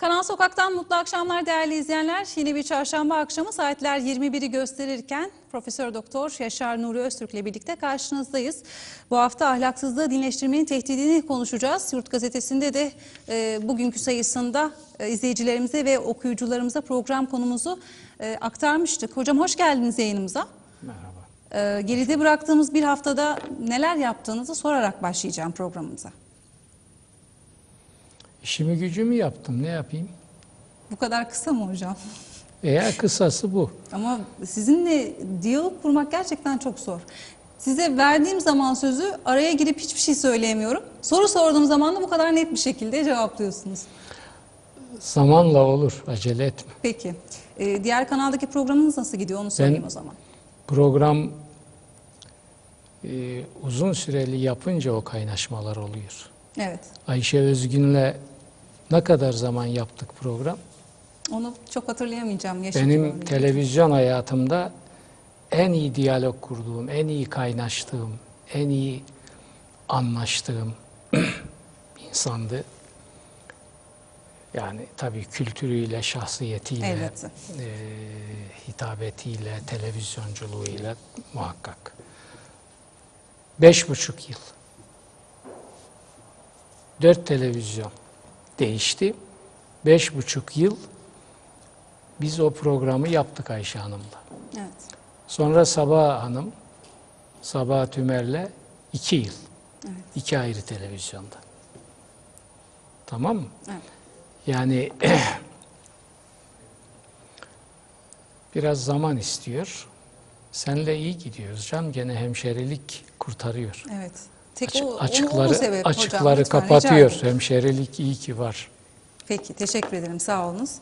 Kanal Sokak'tan mutlu akşamlar değerli izleyenler. Yine bir çarşamba akşamı saatler 21'i gösterirken Profesör Doktor Yaşar Nuri Öztürk ile birlikte karşınızdayız. Bu hafta ahlaksızlığı dinleştirmenin tehdidini konuşacağız. Yurt Gazetesi'nde de bugünkü sayısında izleyicilerimize ve okuyucularımıza program konumuzu aktarmıştık. Hocam hoş geldiniz yayınımıza. Merhaba. Geride bıraktığımız bir haftada neler yaptığınızı sorarak başlayacağım programımıza. İşimi gücümü yaptım, ne yapayım? Bu kadar kısa mı hocam? Kısası bu. Ama sizinle diyalog kurmak gerçekten çok zor. Size verdiğim zaman sözü araya girip hiçbir şey söyleyemiyorum. Soru sorduğum zaman da bu kadar net bir şekilde cevaplıyorsunuz. Zamanla olur, acele etme. Peki. Diğer kanaldaki programınız nasıl gidiyor onu sorayım o zaman. Program uzun süreli yapınca o kaynaşmalar oluyor. Evet. Ayşe Özgün'le ne kadar zaman yaptık program? Onu çok hatırlayamayacağım. Benim televizyon hayatımda en iyi diyalog kurduğum, en iyi kaynaştığım, en iyi anlaştığım insandı. Yani tabii kültürüyle, şahsiyetiyle, hitabetiyle, televizyonculuğuyla muhakkak. 5,5 yıl. 4 televizyon değişti. 5,5 yıl biz o programı yaptık Ayşe Hanım'la. Evet. Sonra Sabah Hanım, Sabah Tümer'le 2 yıl. Evet. 2 ayrı televizyonda. Tamam mı? Evet. Yani biraz zaman istiyor. Seninle iyi gidiyoruz canım. Gene hemşerilik kurtarıyor. Evet. Tek Açıkları hocam, kapatıyor. Hemşerilik iyi ki var. Peki, teşekkür ederim. Sağ olunuz.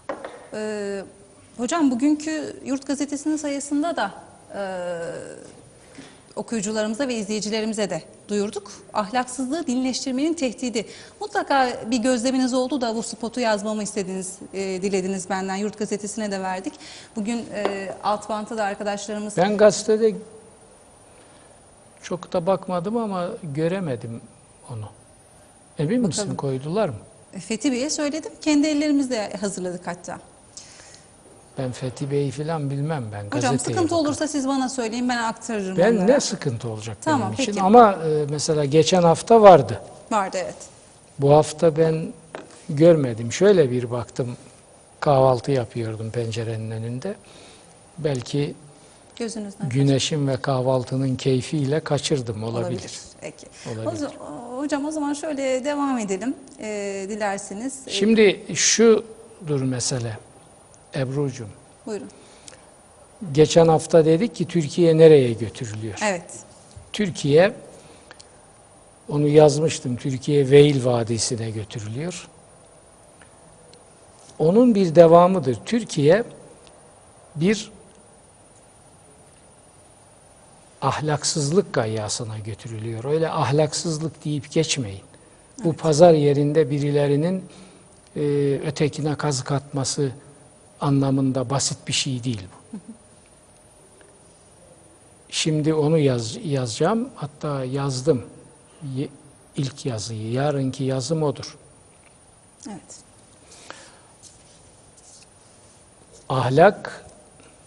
Hocam bugünkü Yurt Gazetesi'nin sayısında da okuyucularımıza ve izleyicilerimize de duyurduk. Ahlaksızlığı dinleştirmenin tehdidi. Mutlaka bir gözleminiz oldu da bu spotu yazmamı istediniz, dilediniz benden. Yurt Gazetesi'ne de verdik. Bugün alt banta da arkadaşlarımız... Ben gazetede çok da bakmadım ama göremedim onu. Emin misin, koydular mı? Fethi Bey'e söyledim. Kendi ellerimizle hazırladık hatta. Ben Fethi Bey'i falan bilmem, ben gazeteye Hocam sıkıntı bakarım. olursa siz bana söyleyin, ben aktarırım Ben onlara. ne sıkıntı olacak Tamam, benim için? peki. Ama mesela geçen hafta vardı. Vardı, evet. Bu hafta ben görmedim. Şöyle bir baktım, kahvaltı yapıyordum pencerenin önünde. Belki Gözünüzden güneşin ve kahvaltının keyfiyle kaçırdım, olabilir. Peki. Olabilir. Hocam o zaman şöyle devam edelim dilerseniz. Şimdi şudur mesele Ebru'cum. Buyurun. Geçen hafta dedik ki Türkiye nereye götürülüyor? Evet. Türkiye, onu yazmıştım, Türkiye Veil Vadisi'ne götürülüyor. Onun bir devamıdır. Türkiye bir ahlaksızlık gayyasına götürülüyor. Öyle ahlaksızlık deyip geçmeyin. Bu pazar yerinde birilerinin ötekine kazık atması anlamında basit bir şey değil bu. Şimdi onu yazacağım. Hatta yazdım. İlk yazıyı. Yarınki yazım odur. Evet. Ahlak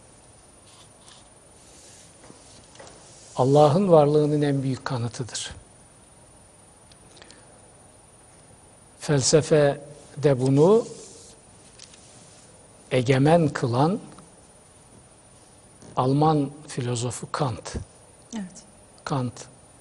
Allah'ın varlığının en büyük kanıtıdır. Felsefede bunu egemen kılan Alman filozofu Kant. Evet. Kant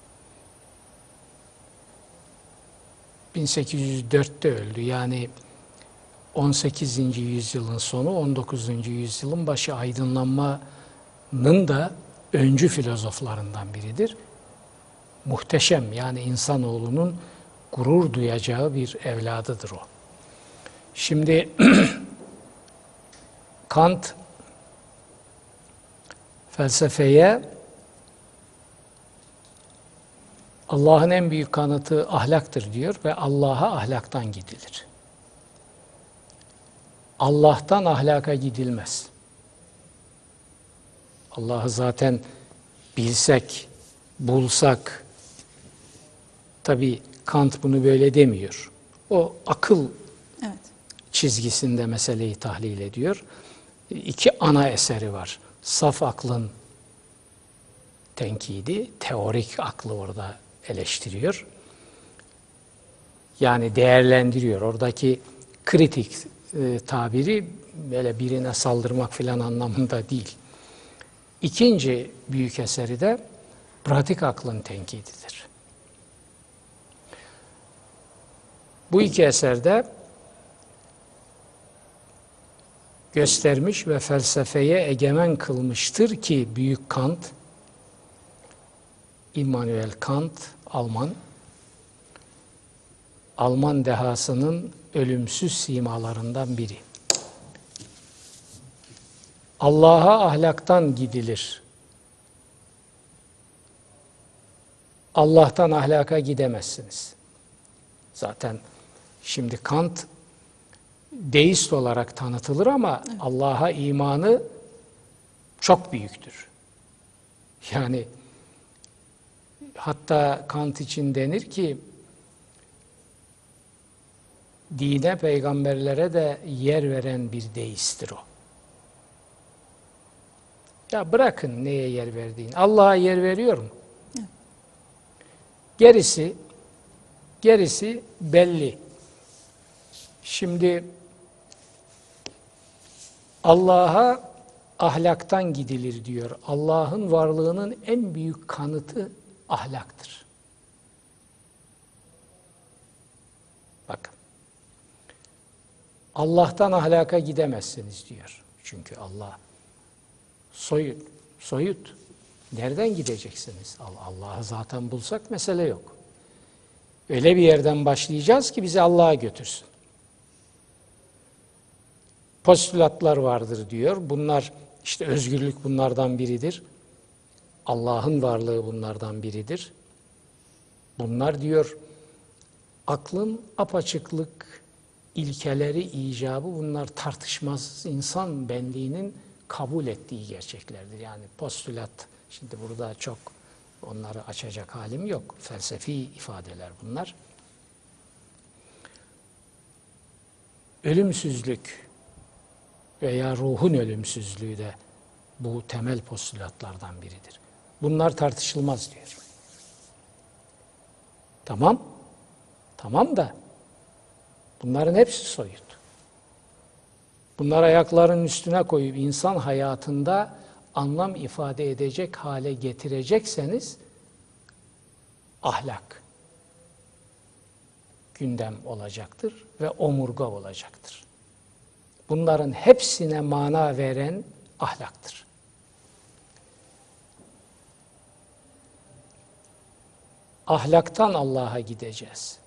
1804'te öldü. Yani 18. yüzyılın sonu, 19. yüzyılın başı, aydınlanmanın da öncü filozoflarından biridir. Muhteşem, yani insanoğlunun gurur duyacağı bir evladıdır o. Şimdi Kant felsefeye Allah'ın en büyük kanıtı ahlaktır diyor ve Allah'a ahlaktan gidilir. Allah'tan ahlaka gidilmez. Allah'ı zaten bilsek, bulsak, tabii Kant bunu böyle demiyor. O akıl çizgisinde meseleyi tahlil ediyor. İki ana eseri var. Saf aklın tenkidi, teorik aklı orada eleştiriyor. Yani değerlendiriyor. Oradaki kritik tabiri böyle birine saldırmak filan anlamında değil. İkinci büyük eseri de pratik aklın tenkididir. Bu iki eserde göstermiş ve felsefeye egemen kılmıştır ki Büyük Kant, Immanuel Kant, Alman dehasının ölümsüz simalarından biri. Allah'a ahlaktan gidilir. Allah'tan ahlaka gidemezsiniz. Zaten şimdi Kant deist olarak tanıtılır ama Allah'a imanı çok büyüktür. Yani hatta Kant için denir ki dine, peygamberlere de yer veren bir deisttir o. Ya bırakın neye yer verdiğini. Allah'a yer veriyor mu? Gerisi belli. Şimdi Allah'a ahlaktan gidilir diyor. Allah'ın varlığının en büyük kanıtı ahlaktır. Bakın. Allah'tan ahlaka gidemezsiniz diyor. Çünkü Allah soyut. Nereden gideceksiniz? Allah'ı zaten bulsak mesele yok. Öyle bir yerden başlayacağız ki bizi Allah'a götürsün. Postülatlar vardır diyor. Bunlar işte özgürlük bunlardan biridir. Allah'ın varlığı bunlardan biridir. Bunlar diyor aklın apaçıklık ilkeleri icabı bunlar tartışmaz insan benliğinin kabul ettiği gerçeklerdir. Yani postülat şimdi burada çok onları açacak halim yok. Felsefi ifadeler bunlar. Ölümsüzlük veya ruhun ölümsüzlüğü de bu temel postülatlardan biridir. Bunlar tartışılmaz diyor. Tamam da bunların hepsi soyut. Bunları ayaklarının üstüne koyup insan hayatında anlam ifade edecek hale getirecekseniz ahlak gündem olacaktır ve omurga olacaktır. Bunların hepsine mana veren ahlaktır. Ahlaktan Allah'a gideceğiz.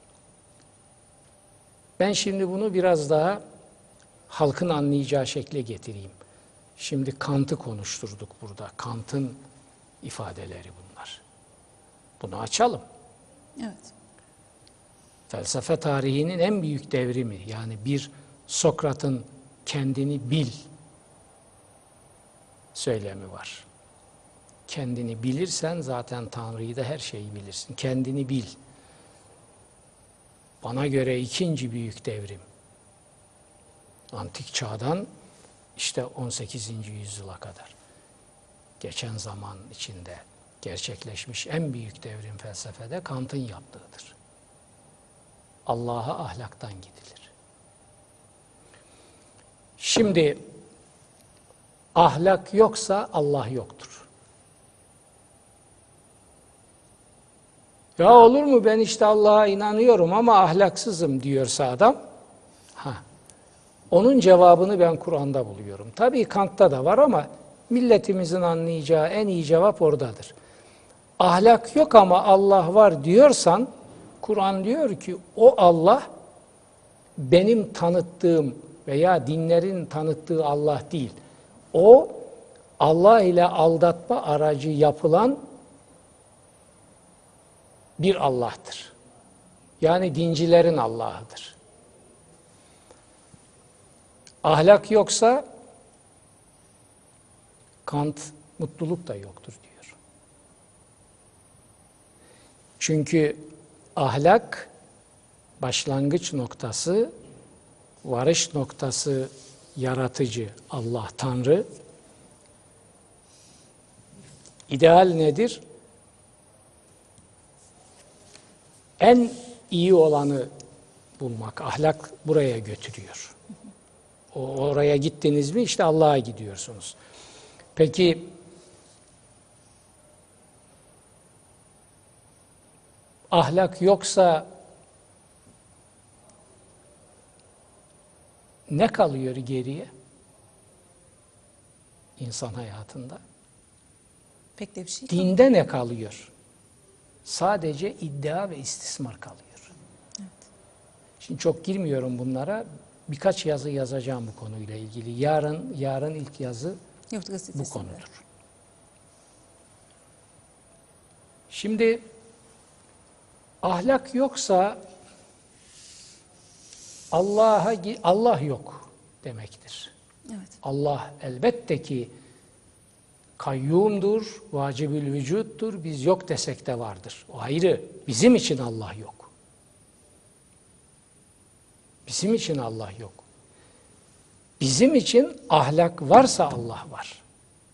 Ben şimdi bunu biraz daha halkın anlayacağı şekle getireyim. Şimdi Kant'ı konuşturduk burada. Kant'ın ifadeleri bunlar. Bunu açalım. Evet. Felsefe tarihinin en büyük devrimi. Yani bir Sokrat'ın kendini bil söylemi var. Kendini bilirsen zaten Tanrı'yı da her şeyi bilirsin. Kendini bil. Bana göre ikinci büyük devrim. Antik çağdan işte 18. yüzyıla kadar geçen zaman içinde gerçekleşmiş en büyük devrim felsefede Kant'ın yaptığıdır. Allah'a ahlaktan gidilir. Şimdi ahlak yoksa Allah yoktur. Ya olur mu ben işte Allah'a inanıyorum ama ahlaksızım diyorsa adam, onun cevabını ben Kur'an'da buluyorum. Tabii Kant'ta da var ama milletimizin anlayacağı en iyi cevap oradadır. Ahlak yok ama Allah var diyorsan, Kur'an diyor ki o Allah benim tanıttığım veya dinlerin tanıttığı Allah değil. O Allah ile aldatma aracı yapılan bir Allah'tır. Yani dincilerin Allah'ıdır. Ahlak yoksa Kant mutluluk da yoktur diyor. Çünkü ahlak başlangıç noktası varış noktası yaratıcı Allah, Tanrı. İdeal nedir? En iyi olanı bulmak. Ahlak buraya götürüyor. Oraya gittiniz mi işte Allah'a gidiyorsunuz. Peki ahlak yoksa ne kalıyor geriye insan hayatında? Pek de bir şey. Dinde ne kalıyor? Sadece iddia ve istismar kalıyor. Evet. Şimdi çok girmiyorum bunlara. Birkaç yazı yazacağım bu konuyla ilgili. Yarın ilk yazı Yurt Gazetesi'nde. bu konudur. Şimdi ahlak yoksa Allah yok demektir. Evet. Allah elbette ki kayyumdur, vacibül vücuttur. Biz yok desek de vardır. O ayrı. Bizim için Allah yok. Bizim için Allah yok. Bizim için ahlak varsa Allah var.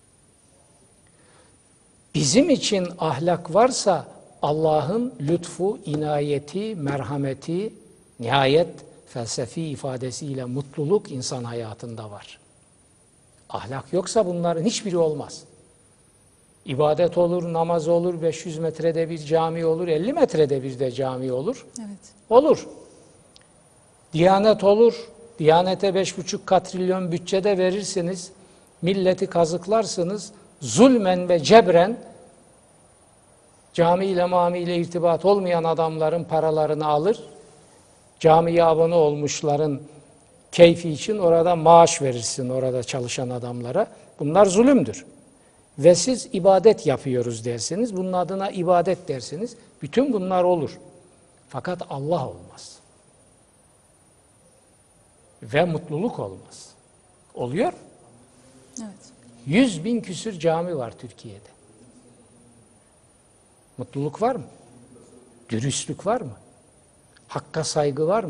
Bizim için ahlak varsa Allah'ın lütfu, inayeti, merhameti, nihayet felsefi ifadesiyle mutluluk insan hayatında var. Ahlak yoksa bunların hiçbiri olmaz. İbadet olur, namaz olur, 500 metrede bir cami olur, 50 metrede bir de cami olur. Evet. Olur. Diyanet olur. Diyanete 5,5 katrilyon bütçede verirsiniz. Milleti kazıklarsınız. Zulmen ve cebren camiyle mamiyle irtibat olmayan adamların paralarını alır. Camiye abone olmuşların keyfi için orada maaş verirsin orada çalışan adamlara. Bunlar zulümdür. Ve siz ibadet yapıyoruz dersiniz. Bunun adına ibadet dersiniz. Bütün bunlar olur. Fakat Allah olmaz. Ve mutluluk olmaz. Oluyor. Evet. 100.000 küsür cami var Türkiye'de. Mutluluk var mı? Dürüstlük var mı? Hakka saygı var mı?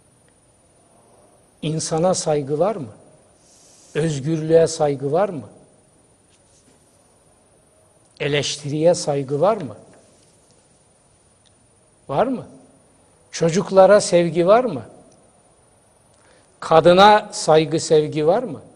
İnsana saygı var mı? Özgürlüğe saygı var mı? Eleştiriye saygı var mı? Var mı? Çocuklara sevgi var mı? Kadına saygı, sevgi var mı?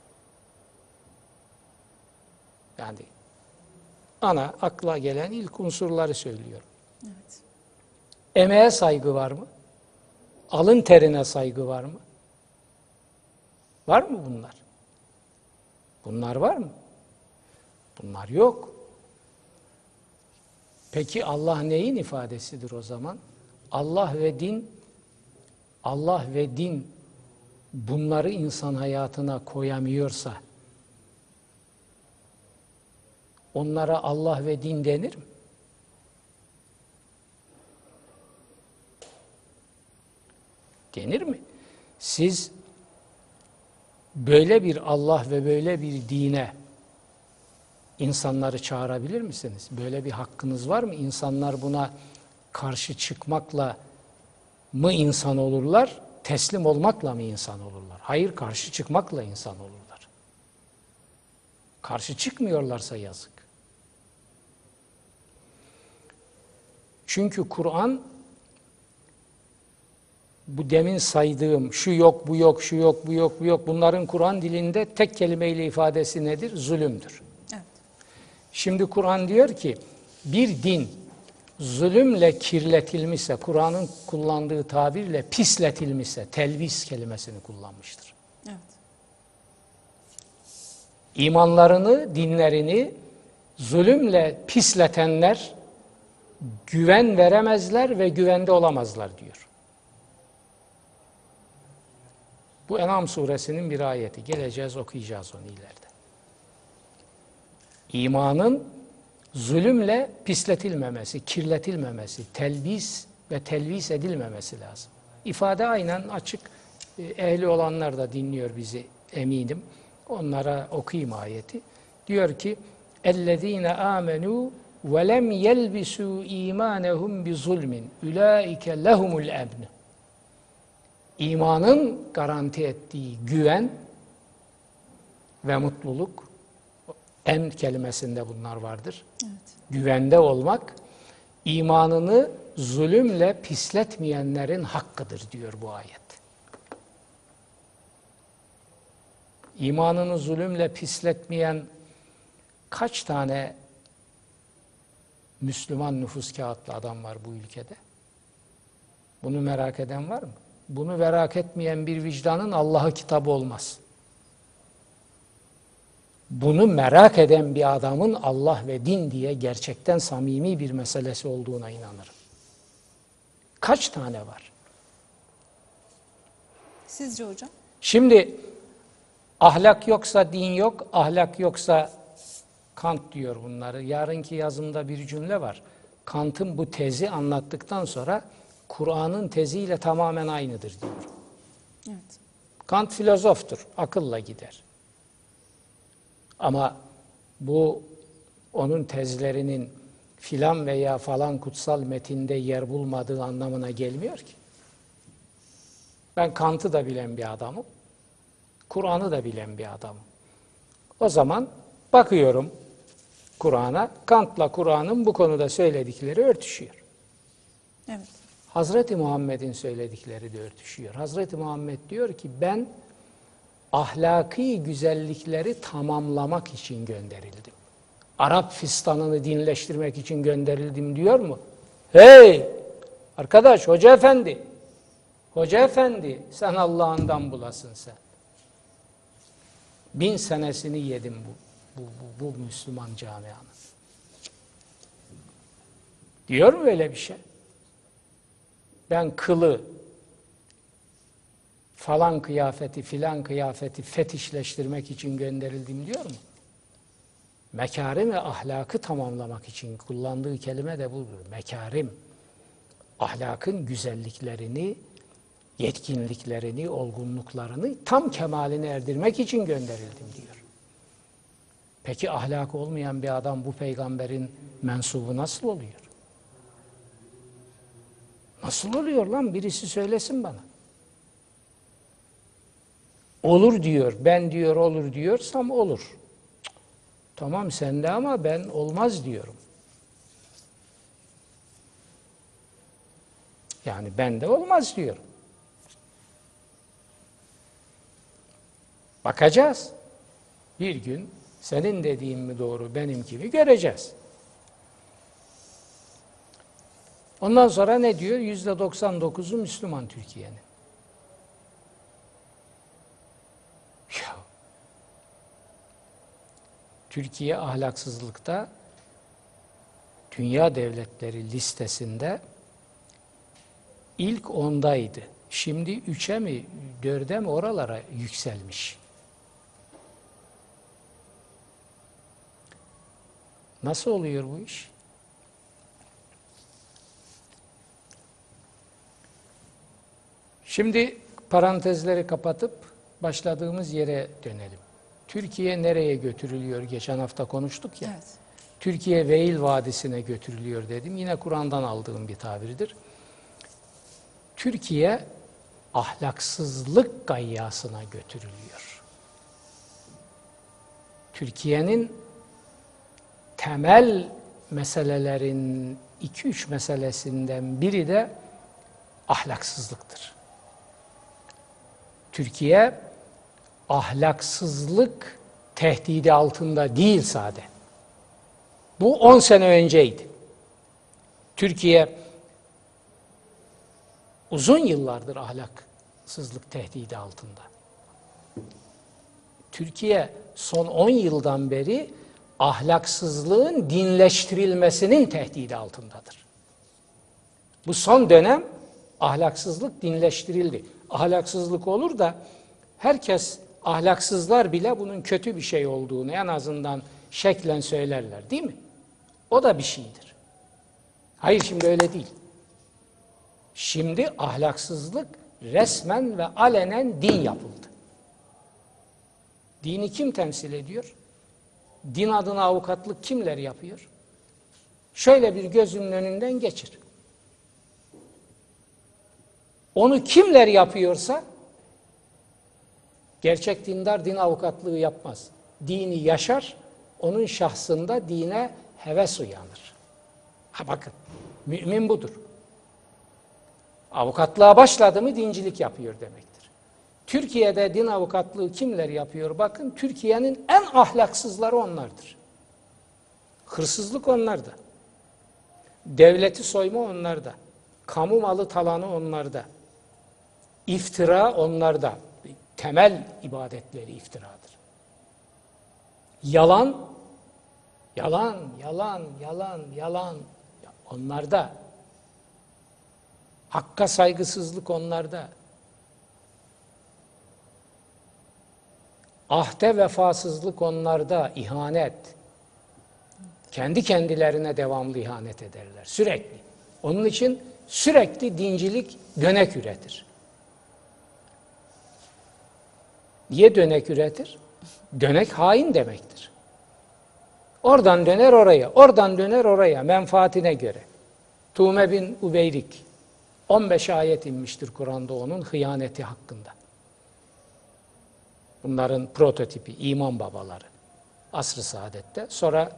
Yani ana akla gelen ilk unsurları söylüyorum. Evet. Emeğe saygı var mı? Alın terine saygı var mı? Var mı bunlar? Bunlar var mı? Bunlar yok. Peki Allah neyin ifadesidir o zaman? Allah ve din bunları insan hayatına koyamıyorsa onlara Allah ve din denir mi? Denir mi? Siz böyle bir Allah ve böyle bir dine insanları çağırabilir misiniz? Böyle bir hakkınız var mı? İnsanlar buna karşı çıkmakla mı insan olurlar? Teslim olmakla mı insan olurlar? Hayır, karşı çıkmakla insan olurlar. Karşı çıkmıyorlarsa yazık. Çünkü Kur'an bu demin saydığım şu yok, bu yok, şu yok, bu yok, bu yok. Bunların Kur'an dilinde tek kelimeyle ifadesi nedir? Zulümdür. Evet. Şimdi Kur'an diyor ki bir din zulümle kirletilmişse, Kur'an'ın kullandığı tabirle pisletilmişse, telvis kelimesini kullanmıştır. Evet. İmanlarını, dinlerini zulümle pisletenler güven veremezler ve güvende olamazlar diyor. Bu En'am suresinin bir ayeti. Geleceğiz, okuyacağız onu ileride. İmanın zulümle pisletilmemesi, kirletilmemesi, telbis ve telvis edilmemesi lazım. İfade aynen açık. Ehli olanlar da dinliyor bizi eminim. Onlara okuyayım ayeti. Diyor ki اَلَّذ۪ينَ آمَنُوا وَلَمْ يَلْبِسُوا اِيمَانَهُمْ بِظُلْمٍ اُولَٰئِكَ لَهُمُ الْاَمْنُ İmanın garanti ettiği güven ve mutluluk, en kelimesinde bunlar vardır. Evet. Güvende olmak, imanını zulümle pisletmeyenlerin hakkıdır diyor bu ayet. İmanını zulümle pisletmeyen kaç tane Müslüman nüfus kağıtlı adam var bu ülkede? Bunu merak eden var mı? Bunu merak etmeyen bir vicdanın Allah'ı kitabı olmaz. Bunu merak eden bir adamın Allah ve din diye gerçekten samimi bir meselesi olduğuna inanırım. Kaç tane var? Sizce hocam? Şimdi ahlak yoksa din yok, ahlak yoksa Kant diyor bunları. Yarınki yazımda bir cümle var. Kant'ın bu tezi anlattıktan sonra Kur'an'ın teziyle tamamen aynıdır diyor. Evet. Kant filozoftur, akılla gider. Ama bu onun tezlerinin filan veya falan kutsal metinde yer bulmadığı anlamına gelmiyor ki. Ben Kant'ı da bilen bir adamım, Kur'an'ı da bilen bir adamım. O zaman bakıyorum Kur'an'a, Kant'la Kur'an'ın bu konuda söyledikleri örtüşüyor. Evet. Hazreti Muhammed'in söyledikleri de örtüşüyor. Hazreti Muhammed diyor ki ben ahlaki güzellikleri tamamlamak için gönderildim. Arap fistanını dinleştirmek için gönderildim diyor mu? Hey! Arkadaş, hoca efendi! Hoca efendi, sen Allah'ından bulasın sen. 1000 senesini yedim bu Müslüman camianın. Diyor mu öyle bir şey? Ben kılı, falan kıyafeti, filan kıyafeti fetişleştirmek için gönderildim diyor mu? Mekarim ve ahlakı tamamlamak için kullandığı kelime de budur. Mekarim, ahlakın güzelliklerini, yetkinliklerini, olgunluklarını tam kemaline erdirmek için gönderildim diyor. Peki ahlak olmayan bir adam bu peygamberin mensubu nasıl oluyor? Nasıl oluyor lan? Birisi söylesin bana. Olur diyor, ben diyor olur diyorsam olur. Tamam sende ama ben olmaz diyorum. Yani bende olmaz diyorum. Bakacağız. Bir gün senin dediğin mi doğru, benimki mi göreceğiz. Ondan sonra ne diyor? %99'u Müslüman Türkiye'nin. Ya, Türkiye ahlaksızlıkta dünya devletleri listesinde ilk 10'daydı. Şimdi 3'e mi 4'e mi oralara yükselmiş. Nasıl oluyor bu iş? Şimdi parantezleri kapatıp başladığımız yere dönelim. Türkiye nereye götürülüyor? Geçen hafta konuştuk ya. Evet. Türkiye Veil Vadisi'ne götürülüyor dedim. Yine Kur'an'dan aldığım bir tabirdir. Türkiye ahlaksızlık gayyasına götürülüyor. Türkiye'nin temel meselelerin 2-3 meselesinden biri de ahlaksızlıktır. Türkiye ahlaksızlık tehdidi altında değil sade. Bu 10 sene önceydi. Türkiye uzun yıllardır ahlaksızlık tehdidi altında. Türkiye son 10 yıldan beri ahlaksızlığın dinleştirilmesinin tehdidi altındadır. Bu son dönem ahlaksızlık dinleştirildi. Ahlaksızlık olur da herkes, ahlaksızlar bile bunun kötü bir şey olduğunu en azından şeklen söylerler, değil mi? O da bir şeydir. Hayır, şimdi öyle değil. Şimdi ahlaksızlık resmen ve alenen din yapıldı. Dini kim temsil ediyor? Din adına avukatlık kimler yapıyor? Şöyle bir gözünün önünden geçir. Onu kimler yapıyorsa, gerçek dindar din avukatlığı yapmaz. Dini yaşar, onun şahsında dine heves uyanır. Ha bakın, mümin budur. Avukatlığa başladı mı dincilik yapıyor demektir. Türkiye'de din avukatlığı kimler yapıyor? Bakın, Türkiye'nin en ahlaksızları onlardır. Hırsızlık onlarda. Devleti soyma onlarda. Kamu malı talanı onlarda. İftira onlarda. Temel ibadetleri iftiradır. Yalan onlarda. Hakka saygısızlık onlarda. Ahde vefasızlık onlarda, ihanet. Kendi kendilerine devamlı ihanet ederler, sürekli. Onun için sürekli dincilik dönek üretir. Niye dönek üretir? Dönek hain demektir. Oradan döner oraya, oradan döner oraya, menfaatine göre. Tuğme bin Ubeyrik, 15 ayet inmiştir Kur'an'da onun hıyaneti hakkında. Bunların prototipi, iman babaları. Asr-ı Saadet'te. Sonra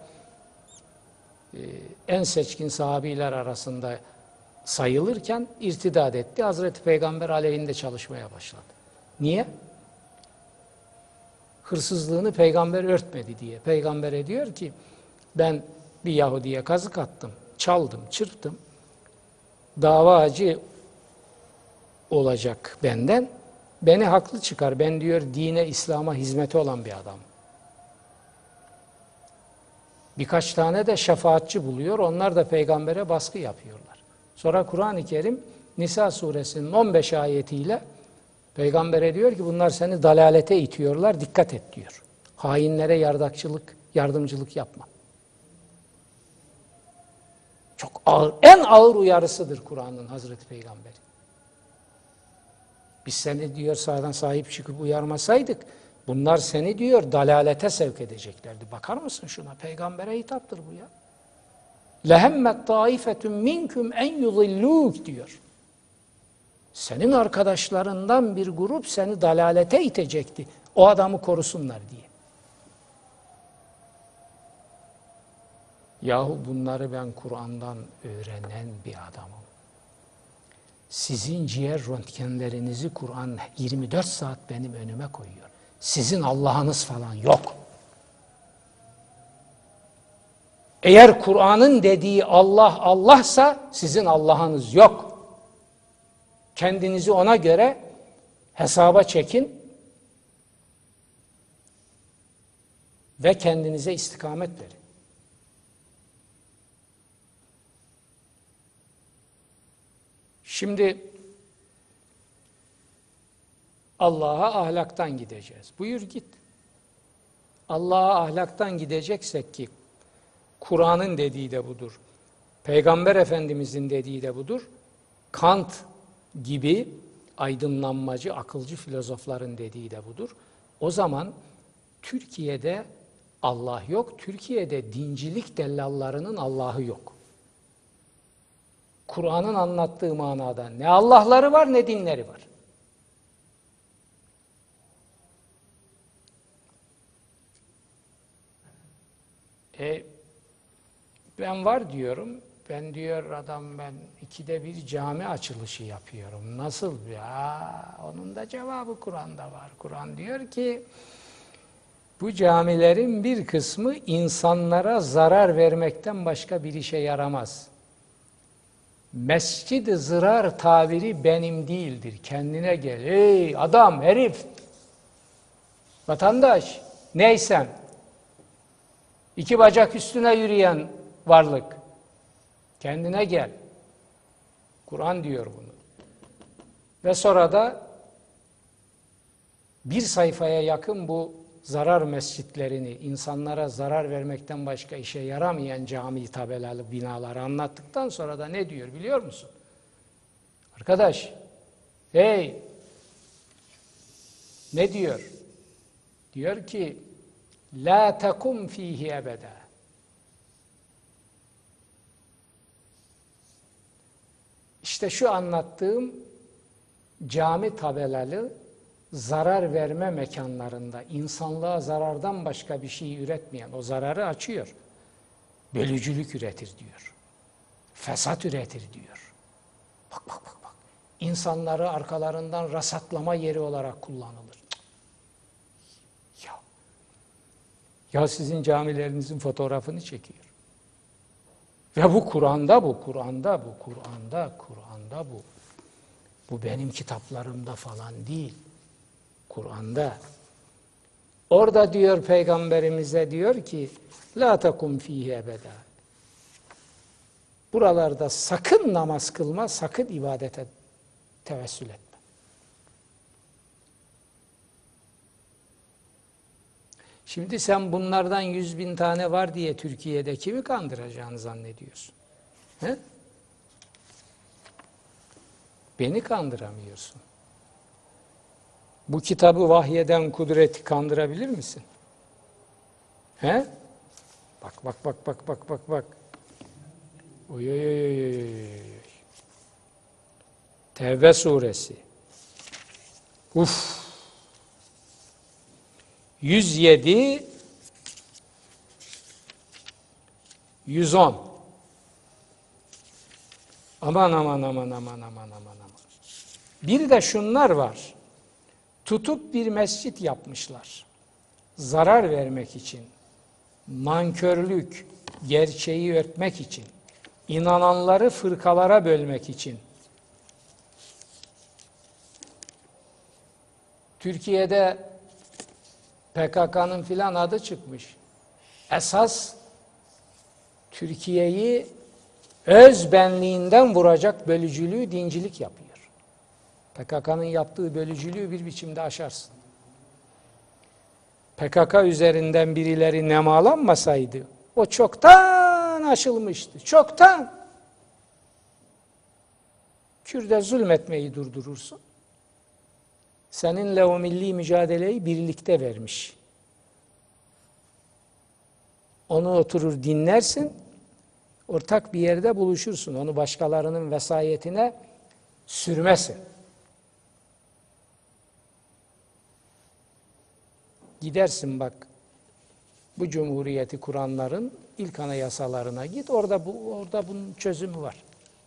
en seçkin sahabiler arasında sayılırken irtidat etti. Hazreti Peygamber aleyhinde çalışmaya başladı. Niye? Hırsızlığını peygamber örtmedi diye. Peygambere diyor ki, ben bir Yahudi'ye kazık attım, çaldım, çırptım. Davacı olacak benden. Beni haklı çıkar. Ben diyor dine, İslam'a hizmeti olan bir adam. Birkaç tane de şefaatçi buluyor. Onlar da peygambere baskı yapıyorlar. Sonra Kur'an-ı Kerim Nisa suresinin 15 ayetiyle peygambere diyor ki bunlar seni dalalete itiyorlar. Dikkat et diyor. Hainlere yardımcılık yapma. Çok ağır, en ağır uyarısıdır Kur'an'ın Hazreti Peygamberi. Biz seni diyor sağdan sahip çıkıp uyarmasaydık, bunlar seni diyor dalalete sevk edeceklerdi. Bakar mısın şuna? Peygambere hitaptır bu ya. Lehemmet taifetun minkum en yudilluk diyor. Senin arkadaşlarından bir grup seni dalalete itecekti. O adamı korusunlar diye. Yahu bunları ben Kur'an'dan öğrenen bir adamım. Sizin ciğer röntgenlerinizi Kur'an 24 saat benim önüme koyuyor. Sizin Allah'ınız falan yok. Eğer Kur'an'ın dediği Allah Allah'sa sizin Allah'ınız yok. Kendinizi ona göre hesaba çekin ve kendinize istikamet verin. Şimdi Allah'a ahlaktan gideceğiz. Buyur git. Allah'a ahlaktan gideceksek ki Kur'an'ın dediği de budur. Peygamber Efendimizin dediği de budur. Kant gibi aydınlanmacı, akılcı filozofların dediği de budur. O zaman Türkiye'de Allah yok. Türkiye'de dincilik dellallarının Allah'ı yok. Kur'an'ın anlattığı manada ne Allah'ları var ne dinleri var. Ben var diyorum. Ben diyor adam ben 2'de 1 cami açılışı yapıyorum. Nasıl? Ya onun da cevabı Kur'an'da var. Kur'an diyor ki bu camilerin bir kısmı insanlara zarar vermekten başka bir işe yaramaz. Mescid-i zırar tabiri benim değildir. Kendine gel. Ey adam, herif, vatandaş, neysen, 2 bacak üstüne yürüyen varlık. Kendine gel. Kur'an diyor bunu. Ve sonra da 1 sayfaya yakın bu zarar mescitlerini, insanlara zarar vermekten başka işe yaramayan cami tabelalı binaları anlattıktan sonra da ne diyor biliyor musun? Arkadaş, hey, ne diyor? Diyor ki, la takum fihi ebeda. İşte şu anlattığım cami tabelalı zarar verme mekanlarında insanlığa zarardan başka bir şey üretmeyen o zararı açıyor. Bölücülük üretir diyor. Fesat üretir diyor. Bak bak bak bak. İnsanları arkalarından rasatlama yeri olarak kullanılır. Ya sizin camilerinizin fotoğrafını çekiyor. Ve bu Kur'an'da bu. Bu benim kitaplarımda falan değil. Kur'an'da. Orada diyor Peygamberimize diyor ki la takum fihi ebeda. Buralarda sakın namaz kılma, sakın ibadete tevessül etme. Şimdi sen bunlardan 100.000 tane var diye Türkiye'de kimi kandıracağını zannediyorsun? He? Beni kandıramıyorsun. Bu kitabı vahyeden kudreti kandırabilir misin? He? Bak. Oy. Tevbe suresi. 107 110. Aman. Bir de şunlar var. Tutup bir mescit yapmışlar. Zarar vermek için, nankörlük, gerçeği örtmek için, inananları fırkalara bölmek için. Türkiye'de PKK'nın filan adı çıkmış. Esas Türkiye'yi öz benliğinden vuracak bölücülüğü dincilik yapıyor. PKK'nın yaptığı bölücülüğü bir biçimde aşarsın. PKK üzerinden birileri nemalanmasaydı o çoktan aşılmıştı. Çoktan. Kürt'e zulmetmeyi durdurursun. Seninle o milli mücadeleyi birlikte vermiş. Onu oturur dinlersin, ortak bir yerde buluşursun. Onu başkalarının vesayetine sürmesin. Gidersin bak, bu cumhuriyeti kuranların ilk anayasalarına git, orada bunun çözümü var.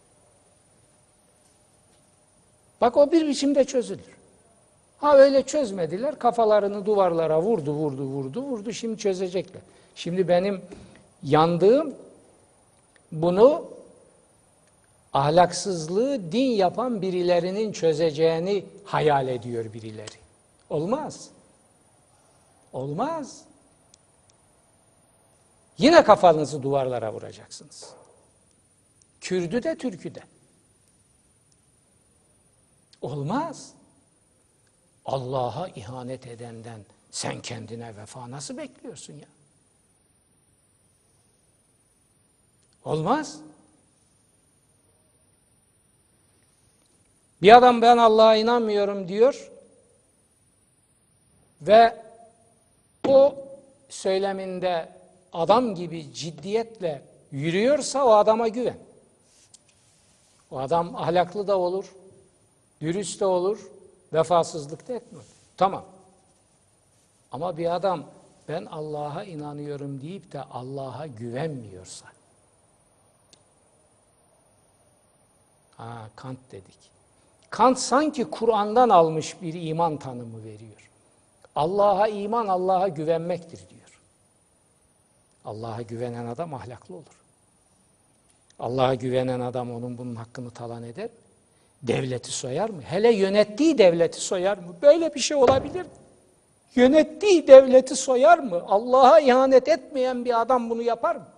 Bak o bir biçimde çözülür. Ha öyle çözmediler, kafalarını duvarlara vurdu, şimdi çözecekler. Şimdi benim yandığım bunu ahlaksızlığı din yapan birilerinin çözeceğini hayal ediyor birileri. Olmaz. Olmaz. Yine kafanızı duvarlara vuracaksınız. Kürdü de Türkü de. Olmaz. Allah'a ihanet edenden sen kendine vefa nasıl bekliyorsun ya? Olmaz. Bir adam ben Allah'a inanmıyorum diyor ve o söyleminde adam gibi ciddiyetle yürüyorsa o adama güven. O adam ahlaklı da olur, dürüst de olur, vefasızlık da etmez. Tamam. Ama bir adam ben Allah'a inanıyorum deyip de Allah'a güvenmiyorsa, Kant dedik. Kant sanki Kur'an'dan almış bir iman tanımı veriyor. Allah'a iman, Allah'a güvenmektir diyor. Allah'a güvenen adam ahlaklı olur. Allah'a güvenen adam onun bunun hakkını talan eder mi? Devleti soyar mı? Hele yönettiği devleti soyar mı? Böyle bir şey olabilir mi? Yönettiği devleti soyar mı? Allah'a ihanet etmeyen bir adam bunu yapar mı?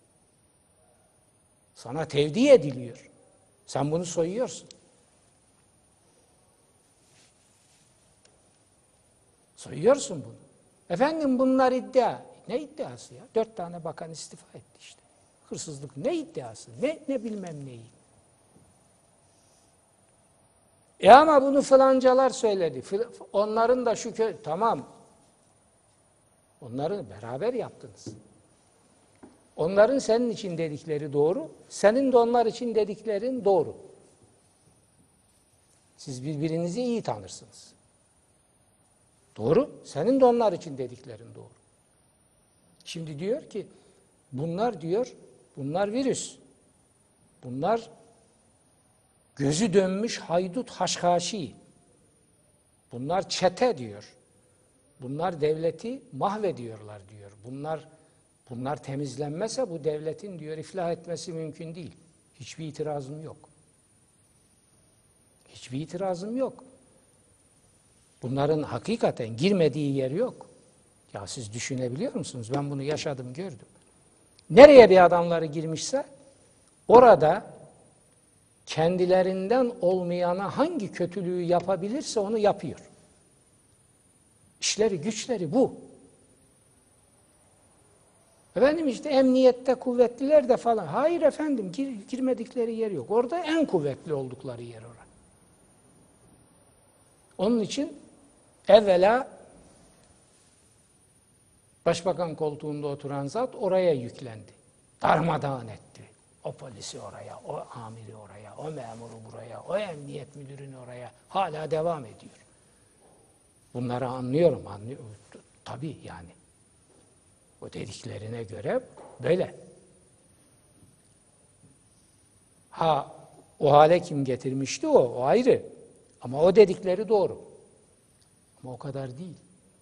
Sana tevdi ediliyor. Sen bunu soyuyorsun. Soyuyorsun bunu. Efendim bunlar iddia. Ne iddiası ya? 4 tane bakan istifa etti işte. Hırsızlık ne iddiası? Ne bilmem neyi. Ama bunu falancalar söyledi. Onların da şu köy. Tamam. Onları beraber yaptınız. Onların senin için dedikleri doğru. Senin de onlar için dediklerin doğru. Siz birbirinizi iyi tanırsınız. Doğru. Senin de onlar için dediklerin doğru. Şimdi diyor ki bunlar virüs. Bunlar gözü dönmüş haydut haşhaşi. Bunlar çete diyor. Bunlar devleti mahvediyorlar diyor. Bunlar temizlenmezse bu devletin diyor iflah etmesi mümkün değil. Hiçbir itirazım yok. Hiçbir itirazım yok. Bunların hakikaten girmediği yer yok. Ya siz düşünebiliyor musunuz? Ben bunu yaşadım, gördüm. Nereye bir adamları girmişse orada kendilerinden olmayana hangi kötülüğü yapabilirse onu yapıyor. İşleri, güçleri bu. Efendim işte emniyette kuvvetliler de falan. Hayır efendim, girmedikleri yer yok. Orada en kuvvetli oldukları yer orası. Onun için evvela başbakan koltuğunda oturan zat oraya yüklendi. Darmadağın etti. O polisi oraya, o amiri oraya, o memuru buraya, o emniyet müdürünü oraya. Hala devam ediyor. Bunları anlıyorum. Tabii yani. O dediklerine göre böyle. O hale kim getirmişti o ayrı. Ama o dedikleri doğru. Ama o kadar değil.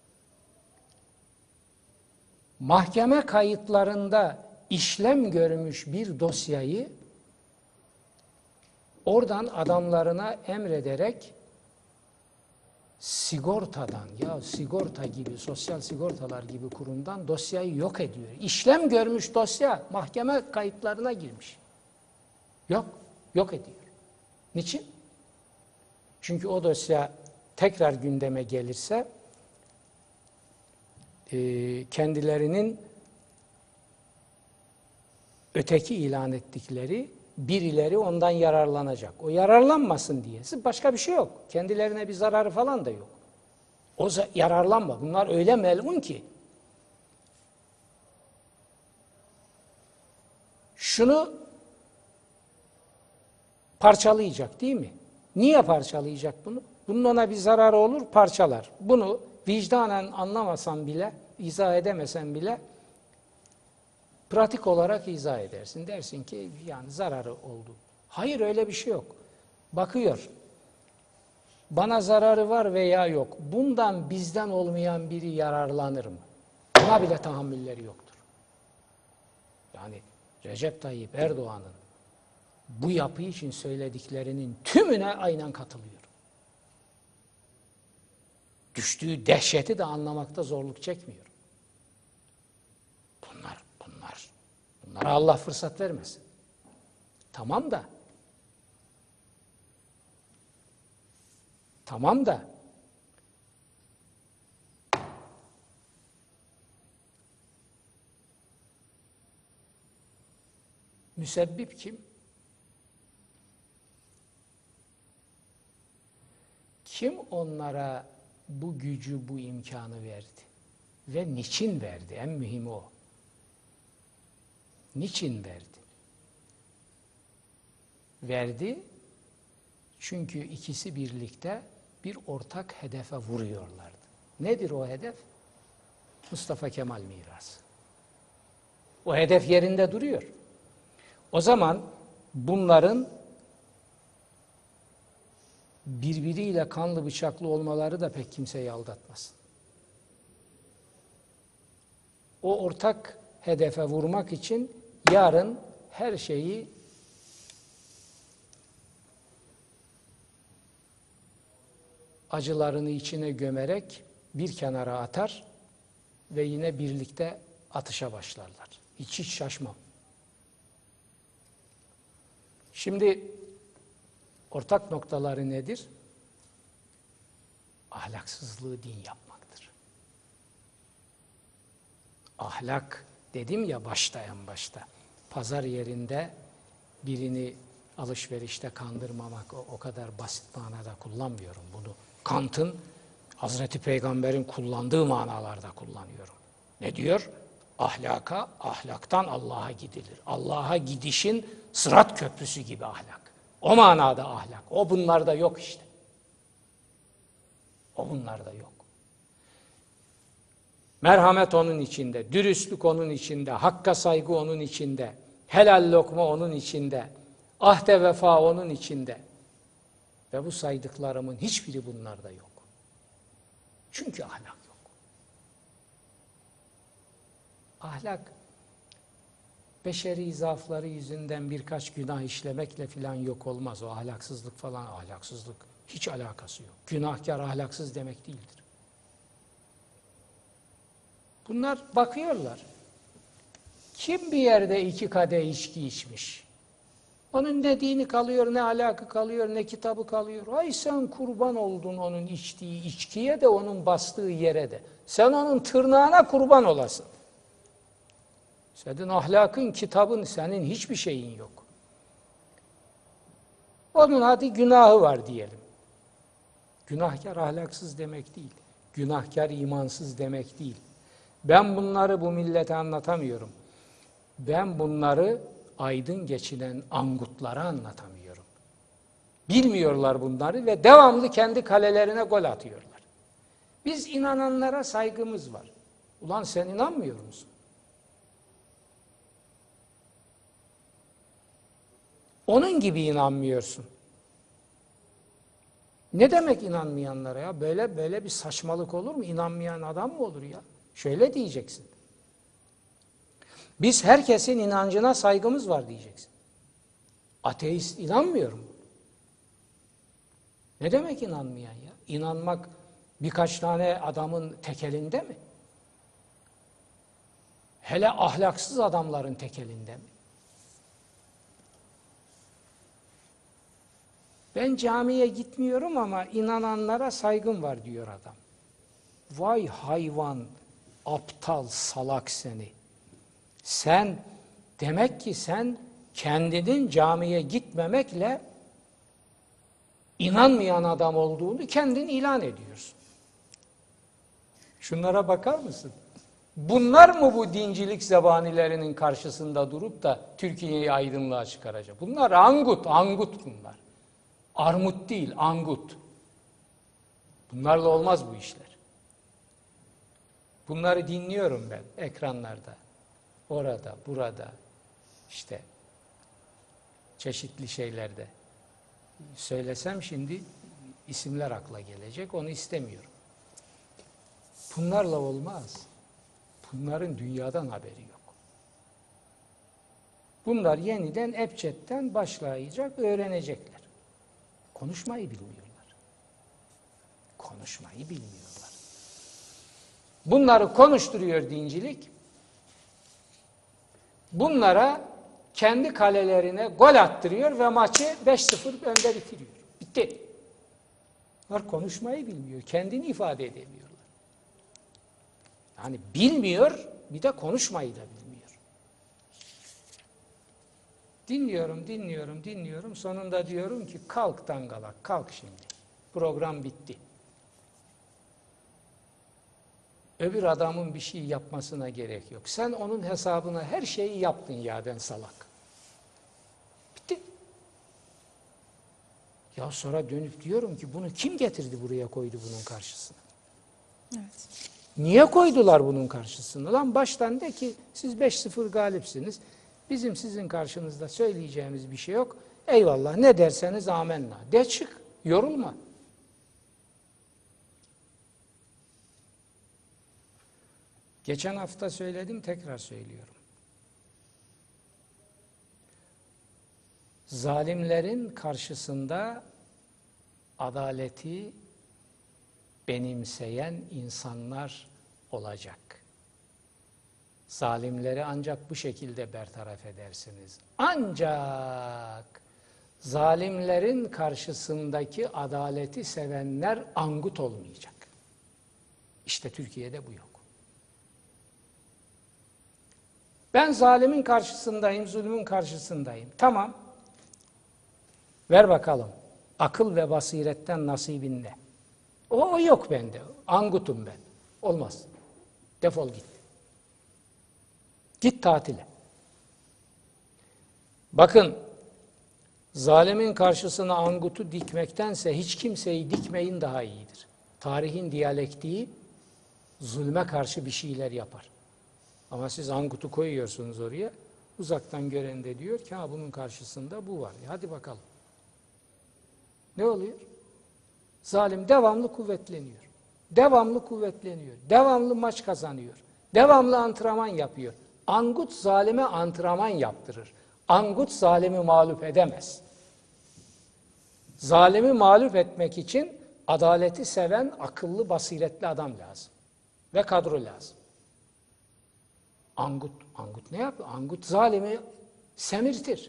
Mahkeme kayıtlarında işlem görmüş bir dosyayı oradan adamlarına emrederek sigorta gibi, sosyal sigortalar gibi kurumdan dosyayı yok ediyor. İşlem görmüş dosya mahkeme kayıtlarına girmiş. Yok ediyor. Niçin? Çünkü o dosya tekrar gündeme gelirse kendilerinin öteki ilan ettikleri birileri ondan yararlanacak. O yararlanmasın diye. Başka bir şey yok. Kendilerine bir zararı falan da yok. O yararlanma. Bunlar öyle melun ki şunu parçalayacak değil mi? Niye parçalayacak bunu? Bunun ona bir zararı olur, parçalar. Bunu vicdanen anlamasan bile, izah edemesen bile pratik olarak izah edersin. Dersin ki yani zararı oldu. Hayır, öyle bir şey yok. Bakıyor. Bana zararı var veya yok. Bundan bizden olmayan biri yararlanır mı? Buna bile tahammülleri yoktur. Yani Recep Tayyip Erdoğan'ın bu yapı için söylediklerinin tümüne aynen katılıyorum. Düştüğü dehşeti de anlamakta zorluk çekmiyorum. Bunlara Allah fırsat vermesin. Tamam da müsebbip kim? Kim onlara bu gücü, bu imkanı verdi? Ve niçin verdi? En mühimi o. Niçin verdi? Verdi çünkü ikisi birlikte bir ortak hedefe vuruyorlardı. Nedir o hedef? Mustafa Kemal mirası. O hedef yerinde duruyor. O zaman bunların birbiriyle kanlı bıçaklı olmaları da pek kimseyi aldatmasın. O ortak hedefe vurmak için yarın her şeyi acılarını içine gömerek bir kenara atar ve yine birlikte atışa başlarlar. Hiç şaşmam. Şimdi ortak noktaları nedir? Ahlaksızlığı din yapmaktır. Ahlak dedim ya en başta. Pazar yerinde birini alışverişte kandırmamak o kadar basit manada kullanmıyorum bunu. Kant'ın, Hazreti Peygamber'in kullandığı manalarda kullanıyorum. Ne diyor? Ahlaktan Allah'a gidilir. Allah'a gidişin Sırat Köprüsü gibi ahlak. O manada ahlak. O bunlarda yok işte. O bunlarda yok. Merhamet onun içinde, dürüstlük onun içinde, hakka saygı onun içinde, helal lokma onun içinde, ahde vefa onun içinde. Ve bu saydıklarımın hiçbiri bunlarda yok. Çünkü ahlak yok. Ahlak, beşeri zaafları yüzünden birkaç günah işlemekle filan yok olmaz. O ahlaksızlık falan, ahlaksızlık hiç alakası yok. Günahkar ahlaksız demek değildir. Bunlar bakıyorlar. Kim bir yerde 2 kadeh içki içmiş? Onun ne dini kalıyor, ne ahlakı kalıyor, ne kitabı kalıyor. Ay sen kurban oldun onun içtiği içkiye de, onun bastığı yere de. Sen onun tırnağına kurban olasın. Senin ahlakın, kitabın, senin hiçbir şeyin yok. Onun hadi günahı var diyelim. Günahkar ahlaksız demek değil. Günahkar imansız demek değil. Ben bunları bu millete anlatamıyorum. Ben bunları aydın geçinen angutlara anlatamıyorum. Bilmiyorlar bunları ve devamlı kendi kalelerine gol atıyorlar. Biz inananlara saygımız var. Ulan sen inanmıyor musun? Onun gibi inanmıyorsun. Ne demek inanmayanlara ya? Böyle bir saçmalık olur mu? İnanmayan adam mı olur ya? Şöyle diyeceksin. Biz herkesin inancına saygımız var diyeceksin. Ateist inanmıyor mu? Ne demek inanmayan ya? İnanmak birkaç tane adamın tekelinde mi? Hele ahlaksız adamların tekelinde mi? Ben camiye gitmiyorum ama inananlara saygım var diyor adam. Vay hayvan, aptal, salak seni. Sen, demek ki sen kendinin camiye gitmemekle inanmayan adam olduğunu kendin ilan ediyorsun. Şunlara bakar mısın? Bunlar mı bu dincilik zebanilerinin karşısında durup da Türkiye'yi aydınlığa çıkaracak? Bunlar angut, angut bunlar. Armut değil, angut. Bunlarla olmaz bu işler. Bunları dinliyorum ben ekranlarda. Orada, burada, işte çeşitli şeylerde. Söylesem şimdi isimler akla gelecek, onu istemiyorum. Bunlarla olmaz. Bunların dünyadan haberi yok. Bunlar yeniden ebcedden başlayacak, öğrenecekler. Konuşmayı bilmiyorlar. Konuşmayı bilmiyorlar. Bunları konuşturuyor dincilik. Bunlara kendi kalelerine gol attırıyor ve maçı 5-0 önde bitiriyor. Bitti. Bunlar konuşmayı bilmiyor. Kendini ifade edemiyorlar. Yani bilmiyor, bir de konuşmayı da bilmiyor. Dinliyorum. Sonunda diyorum ki kalk dangalak, kalk şimdi. Program bitti. Öbür adamın bir şey yapmasına gerek yok. Sen onun hesabına her şeyi yaptın ya, ben salak. Bitti. Ya sonra dönüp diyorum ki bunu kim getirdi buraya, koydu bunun karşısına? Evet. Niye koydular bunun karşısına? Lan baştan de ki siz 5-0 galipsiniz. Bizim sizin karşınızda söyleyeceğimiz bir şey yok. Eyvallah, ne derseniz amenna. De çık, yorulma. Geçen hafta söyledim, tekrar söylüyorum. Zalimlerin karşısında adaleti benimseyen insanlar olacak. Zalimleri ancak bu şekilde bertaraf edersiniz. Ancak zalimlerin karşısındaki adaleti sevenler angut olmayacak. İşte Türkiye'de bu yok. Ben zalimin karşısındayım, zulmün karşısındayım. Tamam. Ver bakalım. Akıl ve basiretten nasibin ne? O yok bende. Angutum ben. Olmaz. Defol git. Git tatile. Bakın, zalimin karşısına angutu dikmektense hiç kimseyi dikmeyin daha iyidir. Tarihin diyalektiği zulme karşı bir şeyler yapar. Ama siz angutu koyuyorsunuz oraya, uzaktan gören de diyor ki ha bunun karşısında bu var. Hadi bakalım. Ne oluyor? Zalim devamlı kuvvetleniyor. Devamlı kuvvetleniyor. Devamlı maç kazanıyor. Devamlı antrenman yapıyor. Angut zalime antrenman yaptırır. Angut zalimi mağlup edemez. Zalimi mağlup etmek için adaleti seven, akıllı, basiretli adam lazım. Ve kadro lazım. Angut ne yapıyor? Angut zalimi semirtir.